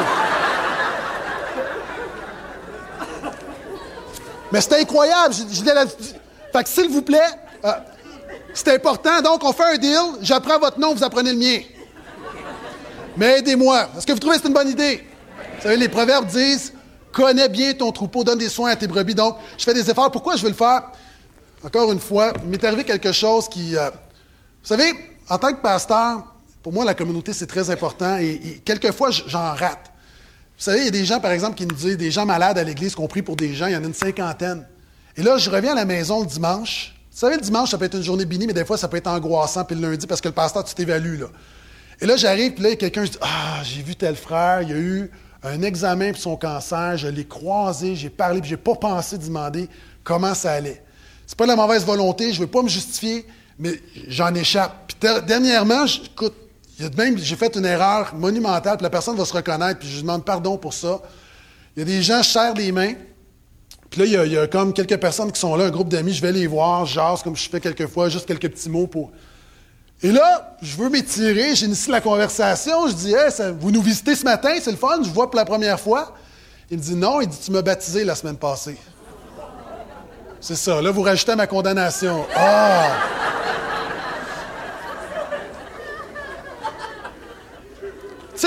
Mais c'est incroyable. Je, je, la, fait que s'il vous plaît, euh, c'est important. Donc, on fait un deal. J'apprends votre nom, vous apprenez le mien. Mais aidez-moi. Est-ce que vous trouvez que c'est une bonne idée? Vous savez, les proverbes disent « Connais bien ton troupeau, donne des soins à tes brebis. » Donc, je fais des efforts. Pourquoi je veux le faire? Encore une fois, il m'est arrivé quelque chose qui... Euh, vous savez, en tant que pasteur, pour moi, la communauté, c'est très important. Et, et quelquefois, j'en rate. Vous savez, il y a des gens, par exemple, qui nous disent, des gens malades à l'église, compris pour des gens, il y en a une cinquantaine. Et là, je reviens à la maison le dimanche. Vous savez, le dimanche, ça peut être une journée bénie, mais des fois, ça peut être angoissant. Puis le lundi, parce que le pasteur, tu t'évalues, là. Et là, j'arrive, puis là, il y a quelqu'un, je dis, ah, j'ai vu tel frère, il a eu un examen pour son cancer, je l'ai croisé, j'ai parlé, puis j'ai pas pensé de demander comment ça allait. C'est pas de la mauvaise volonté, je veux pas me justifier, mais j'en échappe. Puis ter- dernièrement, je, écoute, il y a même, j'ai fait une erreur monumentale, puis la personne va se reconnaître, puis je lui demande pardon pour ça. Il y a des gens, je serre les mains, puis là, il y, a, il y a comme quelques personnes qui sont là, un groupe d'amis, je vais les voir, je jase comme je fais quelquefois, juste quelques petits mots pour... Et là, je veux m'étirer, j'initie la conversation, je dis hey, ça, vous nous visitez ce matin, c'est le fun, je vous vois pour la première fois. Il me dit non, il dit tu m'as baptisé la semaine passée. C'est ça, là vous rajoutez à ma condamnation. Ah!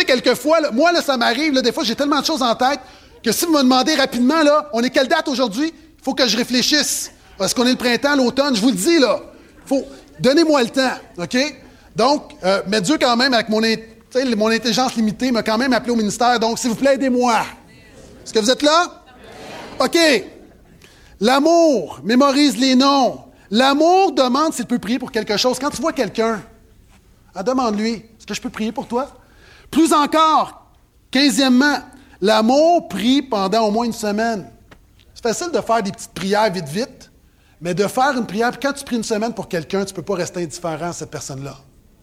quelquefois, là, moi, là, ça m'arrive, là, des fois, j'ai tellement de choses en tête que si vous me demandez rapidement, là, on est quelle date aujourd'hui? Il faut que je réfléchisse. Est-ce qu'on est le printemps, l'automne? Je vous le dis, là. Faut, donnez-moi le temps, OK? Donc, euh, mais Dieu, quand même, avec mon, in- mon intelligence limitée, m'a quand même appelé au ministère. Donc, s'il vous plaît, aidez-moi. Est-ce que vous êtes là? OK. L'amour, mémorise les noms. L'amour demande s'il peut prier pour quelque chose. Quand tu vois quelqu'un, ah, demande-lui, est-ce que je peux prier pour toi? Plus encore, quinzièmement, l'amour prie pendant au moins une semaine. C'est facile de faire des petites prières vite, vite, mais de faire une prière, puis quand tu pries une semaine pour quelqu'un, tu ne peux pas rester indifférent à cette personne-là.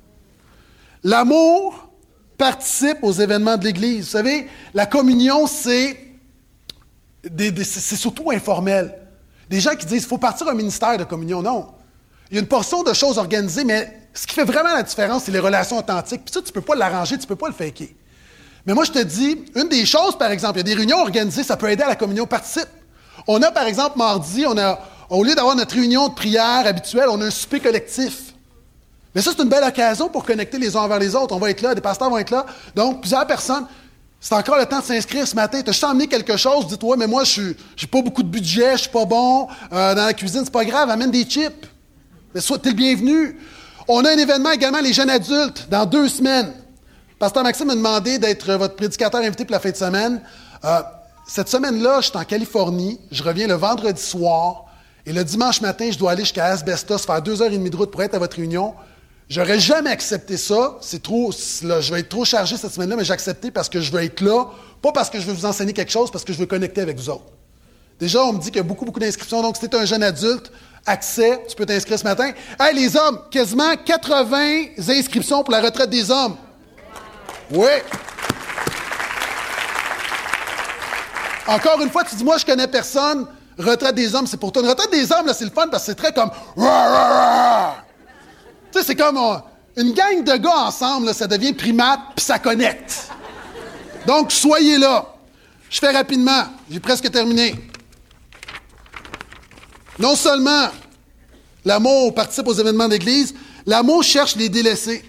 L'amour participe aux événements de l'Église. Vous savez, la communion, c'est, des, des, c'est surtout informel. Des gens qui disent, il faut partir un ministère de communion. Non. Il y a une portion de choses organisées, mais ce qui fait vraiment la différence, c'est les relations authentiques. Puis ça, tu ne peux pas l'arranger, tu ne peux pas le faker. Mais moi, je te dis, une des choses, par exemple, il y a des réunions organisées, ça peut aider à la communion participe. On a, par exemple, mardi, on a, au lieu d'avoir notre réunion de prière habituelle, on a un souper collectif. Mais ça, c'est une belle occasion pour connecter les uns envers les autres. On va être là, des pasteurs vont être là. Donc, plusieurs personnes. C'est encore le temps de s'inscrire ce matin. Tu as juste emmené quelque chose, dis-toi, mais moi, je n'ai pas beaucoup de budget, je ne suis pas bon. Euh, dans la cuisine, c'est pas grave, amène des chips. Mais sois, t'es le bienvenu. On a un événement également, les jeunes adultes, dans deux semaines. Pasteur Maxime m'a demandé d'être votre prédicateur invité pour la fin de semaine. Euh, cette semaine-là, je suis en Californie. Je reviens le vendredi soir. Et le dimanche matin, je dois aller jusqu'à Asbestos, faire deux heures et demie de route pour être à votre réunion. J'aurais jamais accepté ça. C'est trop, là, je vais être trop chargé cette semaine-là, mais j'ai accepté parce que je veux être là. Pas parce que je veux vous enseigner quelque chose, parce que je veux connecter avec vous autres. Déjà, on me dit qu'il y a beaucoup, beaucoup d'inscriptions. Donc, si tu es un jeune adulte, accès, tu peux t'inscrire ce matin. Hey, les hommes, quasiment quatre-vingts inscriptions pour la retraite des hommes. Oui. Encore une fois, tu dis, moi, je connais personne. Retraite des hommes, c'est pour toi. Une retraite des hommes, là, c'est le fun parce que c'est très comme... Tu sais, c'est comme euh, une gang de gars ensemble, là, ça devient primate, puis ça connecte. Donc, soyez là. Je fais rapidement. J'ai presque terminé. Non seulement l'amour participe aux événements d'église, l'amour cherche les délaissés.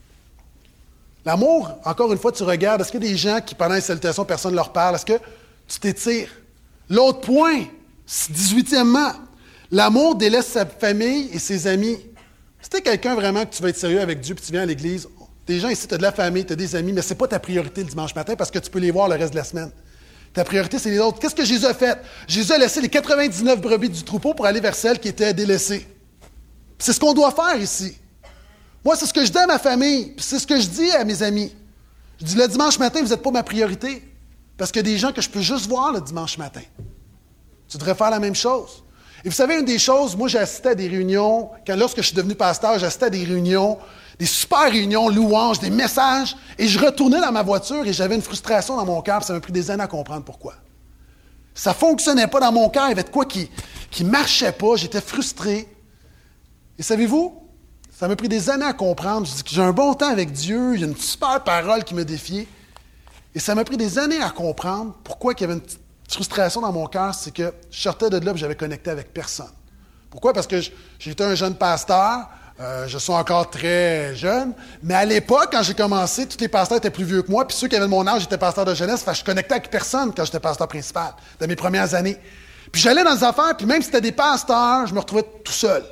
L'amour, encore une fois, tu regardes, est-ce qu'il y a des gens qui, pendant les salutations, personne ne leur parle? Est-ce que tu t'étires? L'autre point, dix-huitièmement, l'amour délaisse sa famille et ses amis. Si tu es quelqu'un vraiment que tu veux être sérieux avec Dieu puis tu viens à l'église, des gens ici, tu as de la famille, tu as des amis, mais ce n'est pas ta priorité le dimanche matin parce que tu peux les voir le reste de la semaine. Ta priorité, c'est les autres. Qu'est-ce que Jésus a fait? Jésus a laissé les quatre-vingt-dix-neuf brebis du troupeau pour aller vers celles qui étaient délaissées. Puis c'est ce qu'on doit faire ici. Moi, c'est ce que je dis à ma famille, puis c'est ce que je dis à mes amis. Je dis, le dimanche matin, vous n'êtes pas ma priorité parce qu'il y a des gens que je peux juste voir le dimanche matin. Tu devrais faire la même chose. Et vous savez, une des choses, moi, j'ai assisté à des réunions, quand, lorsque je suis devenu pasteur, j'ai assisté à des réunions, des super réunions, louanges, des messages, et je retournais dans ma voiture et j'avais une frustration dans mon cœur, puis ça m'a pris des années à comprendre pourquoi. Ça ne fonctionnait pas dans mon cœur, il y avait de quoi qui ne marchait pas, j'étais frustré. Et savez-vous, ça m'a pris des années à comprendre. Je dis que j'ai un bon temps avec Dieu, il y a une super parole qui me défiait. Et ça m'a pris des années à comprendre pourquoi il y avait une petite frustration dans mon cœur, c'est que je sortais de là et j'avais connecté avec personne. Pourquoi? Parce que j'étais un jeune pasteur, euh, je suis encore très jeune, mais à l'époque, quand j'ai commencé, tous les pasteurs étaient plus vieux que moi, puis ceux qui avaient de mon âge étaient pasteurs de jeunesse, fait que je connectais avec personne quand j'étais pasteur principal, dans mes premières années. Puis j'allais dans les affaires, puis même si c'était des pasteurs, je me retrouvais tout seul.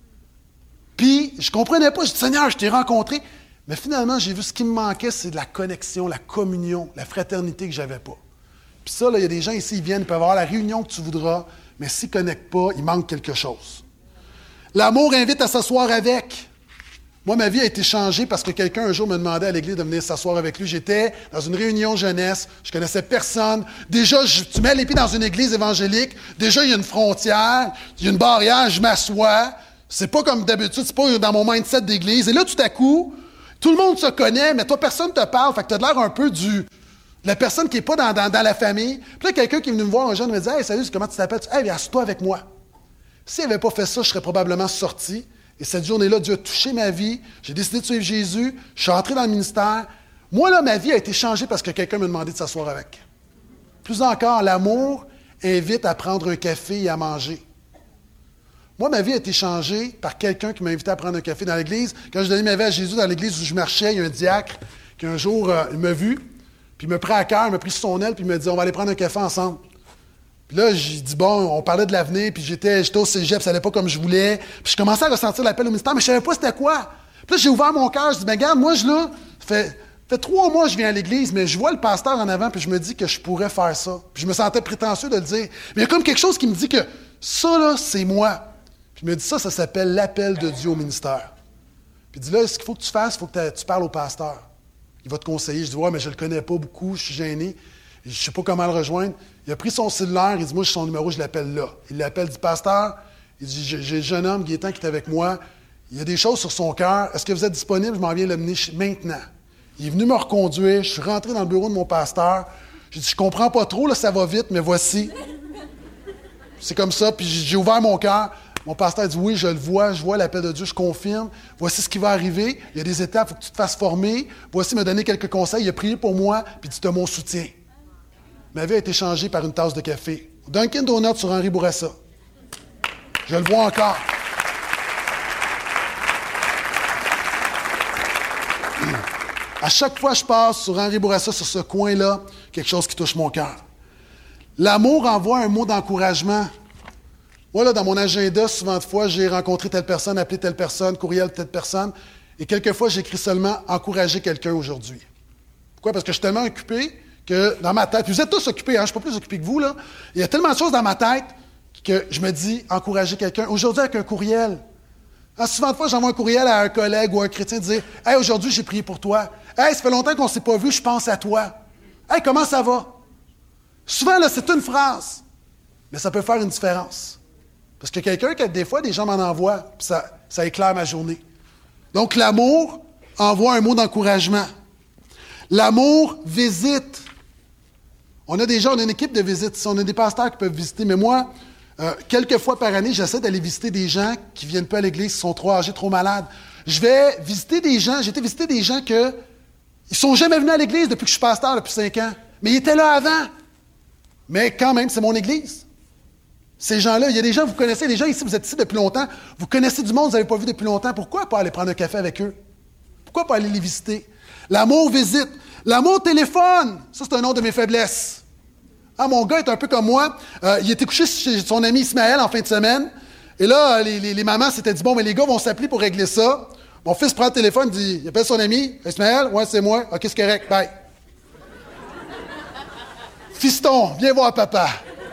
Puis je comprenais pas, je dis, Seigneur, je t'ai rencontré, mais finalement, j'ai vu ce qui me manquait, c'est de la connexion, la communion, la fraternité que j'avais pas. Puis ça, il y a des gens ici, ils viennent, ils peuvent avoir la réunion que tu voudras, mais s'ils ne connectent pas, il manque quelque chose. L'amour invite à s'asseoir avec. Moi, ma vie a été changée parce que quelqu'un un jour me demandait à l'église de venir s'asseoir avec lui. J'étais dans une réunion jeunesse, je connaissais personne. Déjà, je, tu mets les pieds dans une église évangélique, déjà, il y a une frontière, il y a une barrière, je m'assois. C'est pas comme d'habitude, c'est pas dans mon mindset d'église. Et là, tout à coup, tout le monde se connaît, mais toi, personne ne te parle, fait que tu as l'air un peu du... La personne qui n'est pas dans, dans, dans la famille. Puis là, quelqu'un qui est venu me voir, un jeune, me dit « Hey, salut, comment tu t'appelles? » « Hey, viens, assieds-toi avec moi. » S'il n'avait pas fait ça, je serais probablement sorti. Et cette journée-là, Dieu a touché ma vie. J'ai décidé de suivre Jésus. Je suis entré dans le ministère. Moi, là, ma vie a été changée parce que quelqu'un m'a demandé de s'asseoir avec. Plus encore, l'amour invite à prendre un café et à manger. Moi, ma vie a été changée par quelqu'un qui m'a invité à prendre un café dans l'église. Quand je donnais ma vie à Jésus dans l'église où je marchais, il y a un diacre Puis un jour, euh, il m'a vu, puis il m'a pris à cœur, il m'a pris sur son aile, puis il m'a dit, on va aller prendre un café ensemble. Puis là, j'ai dit, bon, on parlait de l'avenir, puis j'étais, j'étais au cégep, ça allait pas comme je voulais. Puis je commençais à ressentir l'appel au ministère, mais je savais pas c'était quoi. Puis là, j'ai ouvert mon cœur, je dis, ben regarde, moi, je là, ça fait, ça fait trois mois que je viens à l'église, mais je vois le pasteur en avant, puis je me dis que je pourrais faire ça. Puis je me sentais prétentieux de le dire. Mais il y a comme quelque chose qui me dit que ça, là, c'est moi. Puis il me dit, ça, ça s'appelle l'appel de Dieu au ministère. Puis il dit, là, ce qu'il faut que tu fasses, il faut que tu parles au pasteur. Il va te conseiller. Je dis, ouais, mais je le connais pas beaucoup, je suis gêné. Je ne sais pas comment le rejoindre. Il a pris son cellulaire, il dit, moi, j'ai son numéro, je l'appelle là. Il l'appelle, il dit, pasteur, il dit, j'ai le jeune homme, Gaétan, qui est avec moi. Il y a des choses sur son cœur. Est-ce que vous êtes disponible? Je m'en viens l'amener maintenant. Il est venu me reconduire. Je suis rentré dans le bureau de mon pasteur. J'ai dit, je comprends pas trop, là, ça va vite, mais voici. C'est comme ça. Puis j'ai ouvert mon cœur. Mon pasteur dit, oui, je le vois, je vois l'appel de Dieu, je confirme. Voici ce qui va arriver. Il y a des étapes, il faut que tu te fasses former. Voici, il m'a donné quelques conseils. Il a prié pour moi, puis il dit, tu as mon soutien. Ma vie a été changée par une tasse de café. Dunkin' Donuts sur Henri Bourassa. Je le vois encore. À chaque fois que je passe sur Henri Bourassa, sur ce coin-là, quelque chose qui touche mon cœur. L'amour envoie un mot d'encouragement. Moi, là, dans mon agenda, souvent de fois, j'ai rencontré telle personne, appelé telle personne, courriel de telle personne, et quelquefois, j'écris seulement « encourager quelqu'un aujourd'hui ». Pourquoi? Parce que je suis tellement occupé que dans ma tête, puis vous êtes tous occupés, hein, je ne suis pas plus occupé que vous, là. Il y a tellement de choses dans ma tête que je me dis « encourager quelqu'un ». Aujourd'hui, avec un courriel. Hein, souvent de fois, j'envoie un courriel à un collègue ou à un chrétien dire « Hey, aujourd'hui, j'ai prié pour toi. Hey, ça fait longtemps qu'on ne s'est pas vu, je pense à toi. Hey, comment ça va? » Souvent, là, c'est une phrase, mais ça peut faire une différence. Parce que quelqu'un qui, des fois, des gens m'en envoient, puis ça, ça éclaire ma journée. Donc, l'amour envoie un mot d'encouragement. L'amour visite. On a déjà, on a une équipe de visite. On a des pasteurs qui peuvent visiter, mais moi, euh, quelques fois par année, j'essaie d'aller visiter des gens qui ne viennent pas à l'église, qui sont trop âgés, trop malades. Je vais visiter des gens, j'ai été visiter des gens qui ne sont jamais venus à l'église depuis que je suis pasteur, depuis cinq ans. Mais ils étaient là avant. Mais quand même, c'est mon église. Ces gens-là, il y a des gens que vous connaissez, des gens ici, vous êtes ici depuis longtemps, vous connaissez du monde, vous n'avez pas vu depuis longtemps. Pourquoi pas aller prendre un café avec eux? Pourquoi pas aller les visiter? L'amour visite. L'amour téléphone. Ça, c'est un nom de mes faiblesses. Ah, mon gars est un peu comme moi. Euh, il était couché chez son ami Ismaël en fin de semaine. Et là, les, les, les mamans s'étaient dit, bon, mais les gars vont s'appeler pour régler ça. Mon fils prend le téléphone, dit, il appelle son ami. Ismaël, ouais, c'est moi. OK, c'est correct, bye. Fiston, viens voir papa.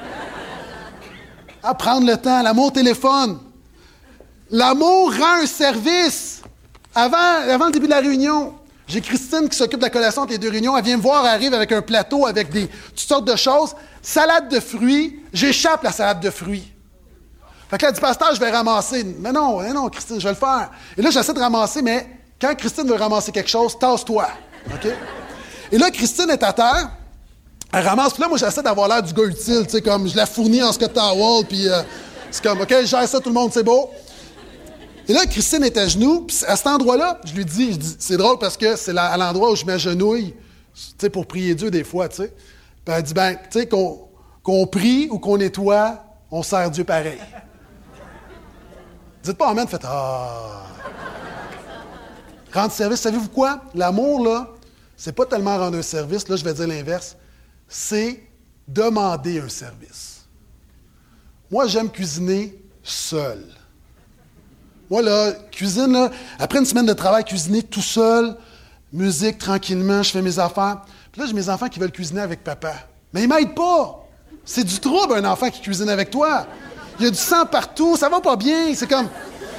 À prendre le temps, l'amour téléphone. L'amour rend un service. Avant, avant le début de la réunion, j'ai Christine qui s'occupe de la collation entre les deux réunions. Elle vient me voir, elle arrive avec un plateau avec des, toutes sortes de choses. Salade de fruits. J'échappe la salade de fruits. Fait que là, elle dit, pasteur, je vais ramasser. Mais non, mais non, Christine, je vais le faire. Et là, j'essaie de ramasser, mais quand Christine veut ramasser quelque chose, tasse-toi. OK? Et là, Christine est à terre. Elle ramasse, puis là, moi, j'essaie d'avoir l'air du gars utile, tu sais, comme je la fournis en Scott Towel, puis euh, c'est comme, OK, je gère ça, tout le monde, c'est beau. Et là, Christine est à genoux, puis à cet endroit-là, je lui dis, je dis c'est drôle parce que c'est là, à l'endroit où je m'agenouille, tu sais, pour prier Dieu des fois, tu sais. Puis elle dit, ben, tu sais, qu'on, qu'on prie ou qu'on nettoie, on sert Dieu pareil. Dites pas amen, faites, ah. Rendre service, savez-vous quoi? L'amour, là, c'est pas tellement rendre un service, là, je vais dire l'inverse. C'est demander un service. Moi, j'aime cuisiner seul. Moi, là, cuisine, là, après une semaine de travail, cuisiner tout seul, musique, tranquillement, je fais mes affaires. Puis là, j'ai mes enfants qui veulent cuisiner avec papa. Mais ils m'aident pas. C'est du trouble, un enfant qui cuisine avec toi. Il y a du sang partout, ça va pas bien, c'est comme...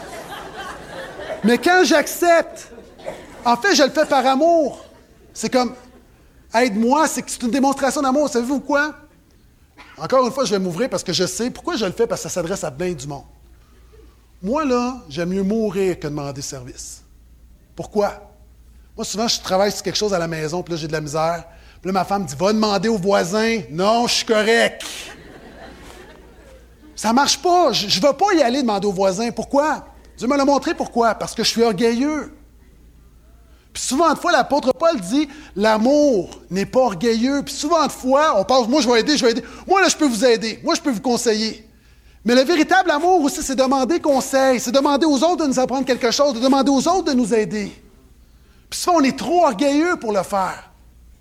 Mais quand j'accepte, en fait, je le fais par amour. C'est comme... Aide-moi, c'est, c'est une démonstration d'amour. Savez-vous quoi? Encore une fois, je vais m'ouvrir parce que je sais. Pourquoi je le fais? Parce que ça s'adresse à bien du monde. Moi, là, j'aime mieux mourir que demander service. Pourquoi? Moi, souvent, je travaille sur quelque chose à la maison, puis là, j'ai de la misère. Puis là, ma femme dit, va demander aux voisins. Non, je suis correct. Ça marche pas. Je ne veux pas y aller demander aux voisins. Pourquoi? Dieu me l'a montré pourquoi. Parce que je suis orgueilleux. Puis souvent de fois, l'apôtre Paul dit, l'amour n'est pas orgueilleux. Puis souvent de fois, on pense, moi je vais aider, je vais aider. Moi là, je peux vous aider. Moi, je peux vous conseiller. Mais le véritable amour aussi, c'est demander conseil. C'est demander aux autres de nous apprendre quelque chose, de demander aux autres de nous aider. Puis souvent, on est trop orgueilleux pour le faire.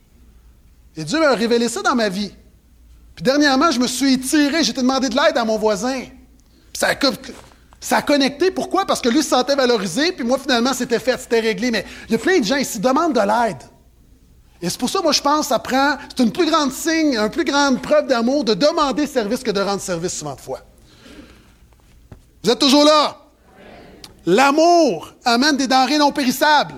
Et Dieu m'a révélé ça dans ma vie. Puis dernièrement, je me suis étiré, j'ai demandé de l'aide à mon voisin. Puis ça a, ça a connecté. Pourquoi? Parce que lui se sentait valorisé, puis moi, finalement, c'était fait, c'était réglé. Mais il y a plein de gens ici qui demandent de l'aide. Et c'est pour ça, moi, je pense que ça prend, c'est une plus grande signe, une plus grande preuve d'amour de demander service que de rendre service souvent de fois. Vous êtes toujours là? L'amour amène des denrées non périssables.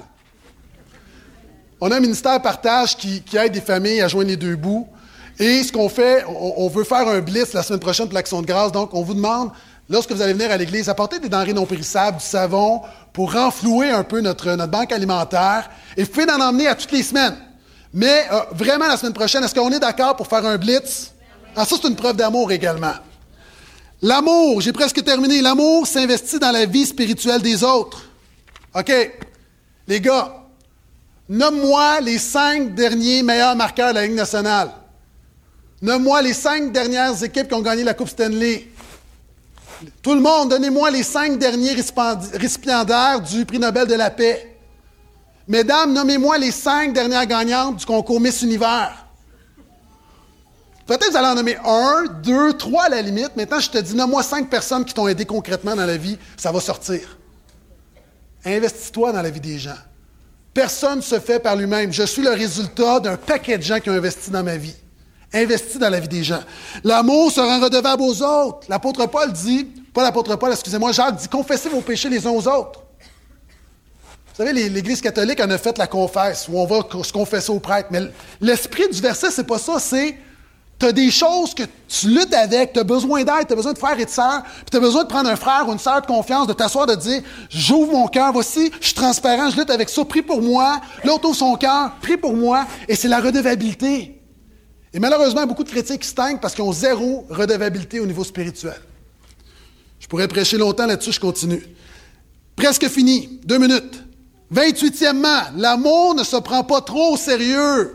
On a un ministère partage qui, qui aide des familles à joindre les deux bouts. Et ce qu'on fait, on, on veut faire un blitz la semaine prochaine pour l'Action de grâce. Donc, on vous demande, lorsque vous allez venir à l'église, apportez des denrées non périssables, du savon, pour renflouer un peu notre, notre banque alimentaire. Et vous pouvez en emmener à toutes les semaines. Mais euh, vraiment, la semaine prochaine, est-ce qu'on est d'accord pour faire un blitz? Ah, ça, c'est une preuve d'amour également. L'amour, j'ai presque terminé. L'amour s'investit dans la vie spirituelle des autres. OK. Les gars, nomme-moi les cinq derniers meilleurs marqueurs de la Ligue nationale. Nomme-moi les cinq dernières équipes qui ont gagné la Coupe Stanley. Tout le monde, donnez-moi les cinq derniers récipiendaires du prix Nobel de la paix. Mesdames, nommez-moi les cinq dernières gagnantes du concours Miss Univers. Peut-être que vous allez en nommer un, deux, trois à la limite. Maintenant, je te dis, nomme-moi cinq personnes qui t'ont aidé concrètement dans la vie. Ça va sortir. Investis-toi dans la vie des gens. Personne ne se fait par lui-même. Je suis le résultat d'un paquet de gens qui ont investi dans ma vie. Investis dans la vie des gens. L'amour se rend redevable aux autres. L'apôtre Paul dit, pas l'apôtre Paul, excusez-moi, Jacques dit, confessez vos péchés les uns aux autres. Vous savez, l'Église catholique en a fait la confesse, où on va se confesser au prêtre. Mais l'esprit du verset, c'est pas ça, c'est tu as des choses que tu luttes avec, tu as besoin d'aide, tu as besoin de frères et de sœurs, puis tu as besoin de prendre un frère ou une sœur de confiance, de t'asseoir, de dire « J'ouvre mon cœur, voici, je suis transparent, je lutte avec ça, prie pour moi. » L'autre ouvre son cœur, prie pour moi. Et c'est la redevabilité. Et malheureusement, beaucoup de chrétiens qui se teignent parce qu'ils ont zéro redevabilité au niveau spirituel. Je pourrais prêcher longtemps là-dessus, je continue. Presque fini, deux minutes. vingt-huitièmement, l'amour ne se prend pas trop au sérieux.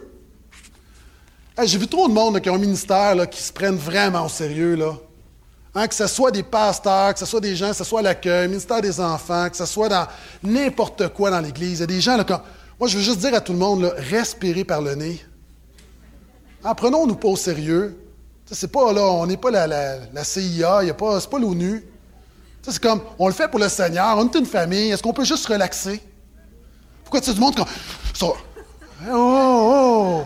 Hey, j'ai vu trop de monde là, qui ont un ministère là, qui se prennent vraiment au sérieux. Là. Hein, que ce soit des pasteurs, que ce soit des gens, que ce soit à l'accueil, ministère des enfants, que ce soit dans n'importe quoi dans l'Église. Il y a des gens, là, quand... moi je veux juste dire à tout le monde, là, respirez par le nez. Hein, prenons-nous pas au sérieux. T'sais, c'est pas, là, on n'est pas la, la, la C I A, y a pas, c'est pas l'ONU. T'sais, c'est comme, on le fait pour le Seigneur, on est une famille, est-ce qu'on peut juste se relaxer? Pourquoi tu te montres quand... Ça... Oh, oh!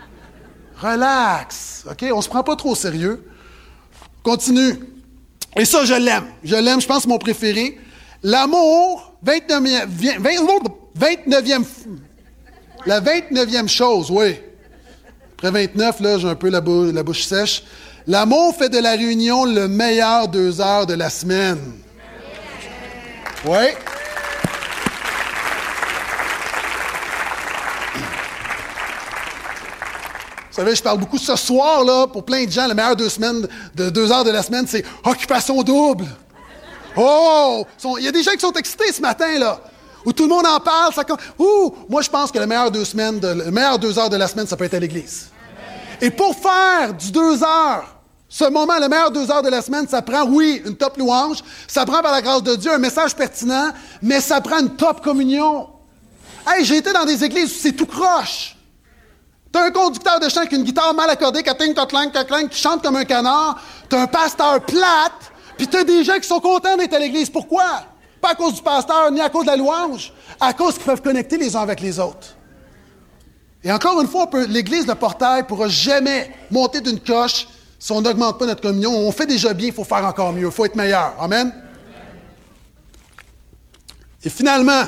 Relax, OK? On ne se prend pas trop au sérieux. Continue. Et ça, je l'aime. Je l'aime, je pense que c'est mon préféré. L'amour, vingt-neuvième, vingt-neuvième, la vingt-neuvième chose, oui. Après vingt-neuf, là, j'ai un peu la, bou- la bouche sèche. L'amour fait de la réunion le meilleur deux heures de la semaine. Oui. Vous savez, je parle beaucoup ce soir, là, pour plein de gens, la meilleure deux semaines, de deux heures de la semaine, c'est occupation double. Oh! Il y a des gens qui sont excités ce matin, là, où tout le monde en parle. Ça... Ouh! Moi, je pense que la meilleure deux semaines, de, la meilleure deux heures de la semaine, ça peut être à l'église. Et pour faire du deux heures, ce moment, la meilleure deux heures de la semaine, ça prend, oui, une top louange, ça prend par la grâce de Dieu un message pertinent, mais ça prend une top communion. Hey, j'ai été dans des églises où c'est tout croche. T'as un conducteur de chant qui a une guitare mal accordée, kating, kotlang, kaklang, qui chante comme un canard. T'as un pasteur plate, puis t'as des gens qui sont contents d'être à l'église. Pourquoi? Pas à cause du pasteur, ni à cause de la louange, à cause qu'ils peuvent connecter les uns avec les autres. Et encore une fois, on peut, l'Église, le portail, ne pourra jamais monter d'une coche si on n'augmente pas notre communion. On fait déjà bien, il faut faire encore mieux, il faut être meilleur. Amen? Et finalement,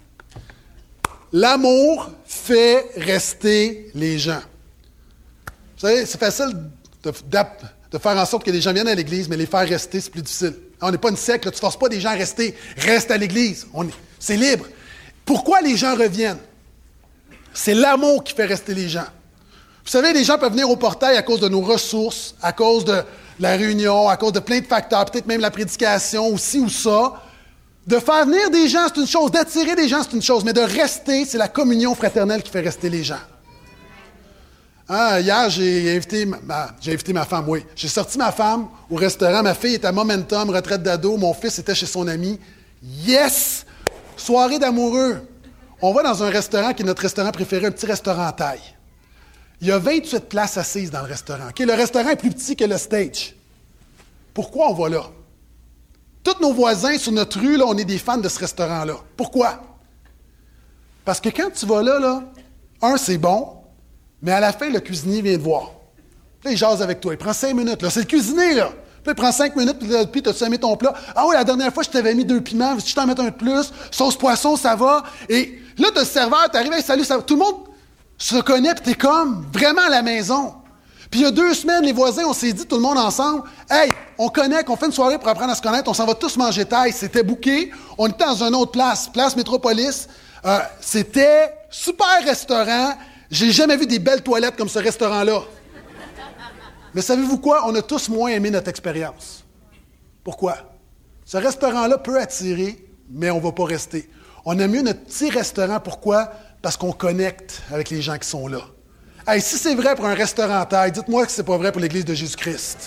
l'amour fait rester les gens. Vous savez, c'est facile de, de, de faire en sorte que les gens viennent à l'Église, mais les faire rester, c'est plus difficile. On n'est pas une secte, là, tu ne forces pas des gens à rester. Reste à l'Église. On est, c'est libre. Pourquoi les gens reviennent? C'est l'amour qui fait rester les gens. Vous savez, les gens peuvent venir au portail à cause de nos ressources, à cause de la réunion, à cause de plein de facteurs, peut-être même la prédication, ou ci ou ça. De faire venir des gens, c'est une chose. D'attirer des gens, c'est une chose. Mais de rester, c'est la communion fraternelle qui fait rester les gens. Hein, hier, j'ai invité, ma, j'ai invité ma femme, oui. J'ai sorti ma femme au restaurant. Ma fille était à Momentum, retraite d'ado. Mon fils était chez son ami. Yes! Soirée d'amoureux. on va dans un restaurant qui est notre restaurant préféré, un petit restaurant en taille. Il y a vingt-huit places assises dans le restaurant. Okay? Le restaurant est plus petit que le stage. Pourquoi on va là? Tous nos voisins sur notre rue, là, on est des fans de ce restaurant-là. Pourquoi? Parce que quand tu vas là, là, un, c'est bon, mais à la fin, le cuisinier vient te voir. Là, il jase avec toi. Il prend cinq minutes. Là. C'est le cuisinier, là. Puis il prend cinq minutes, puis, puis t'as-tu aimé ton plat? Ah oui, la dernière fois, je t'avais mis deux piments. Si je t'en mets un de plus, sauce poisson, ça va. Et là, t'as le serveur, t'arrives, hey, salut, ça va. Tout le monde se reconnaît, puis t'es comme vraiment à la maison. Puis il y a deux semaines, les voisins, on s'est dit, tout le monde ensemble, hey, on connaît, qu'on fait une soirée pour apprendre à se connaître, on s'en va tous manger taille. C'était booké. On était dans une autre place, place Métropolis. Euh, c'était super restaurant. J'ai jamais vu des belles toilettes comme ce restaurant-là. Mais savez-vous quoi? On a tous moins aimé notre expérience. Pourquoi? Ce restaurant-là peut attirer, mais on ne va pas rester. On aime mieux notre petit restaurant. Pourquoi? Parce qu'on connecte avec les gens qui sont là. Hey, si c'est vrai pour un restaurant en taille, dites-moi que ce n'est pas vrai pour l'Église de Jésus-Christ.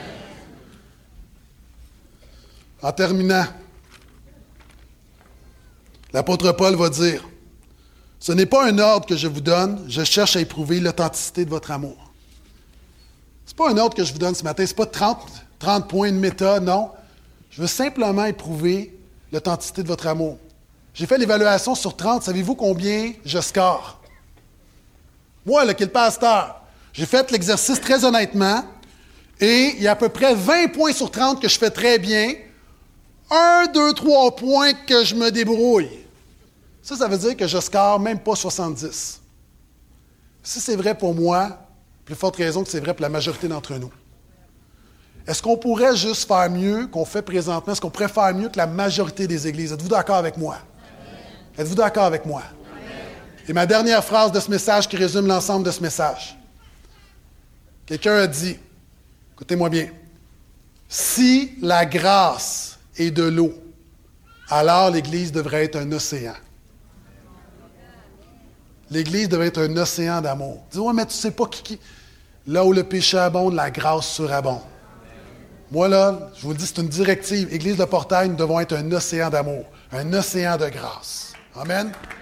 En terminant, l'apôtre Paul va dire, « Ce n'est pas un ordre que je vous donne, je cherche à éprouver l'authenticité de votre amour. » Ce n'est pas un ordre que je vous donne ce matin, ce n'est pas trente, trente points de méthode, non. Je veux simplement éprouver l'authenticité de votre amour. J'ai fait l'évaluation sur trente, savez-vous combien je score? Moi, là, qui est le pasteur, j'ai fait l'exercice très honnêtement, et il y a à peu près vingt points sur trente que je fais très bien, un, deux, trois points que je me débrouille. Ça, ça veut dire que je score même pas soixante-dix. Si c'est vrai pour moi, plus forte raison que c'est vrai pour la majorité d'entre nous. Est-ce qu'on pourrait juste faire mieux qu'on fait présentement? Est-ce qu'on pourrait faire mieux que la majorité des églises? Êtes-vous d'accord avec moi? Amen. Êtes-vous d'accord avec moi? Amen. Et ma dernière phrase de ce message qui résume l'ensemble de ce message. Quelqu'un a dit, écoutez-moi bien, si la grâce est de l'eau, alors l'Église devrait être un océan. L'Église devrait être un océan d'amour. Dis, ouais, mais tu ne sais pas qui, qui. Là où le péché abonde, la grâce surabonde. Moi, là, je vous le dis, c'est une directive. Église de Portail, nous devons être un océan d'amour, un océan de grâce. Amen.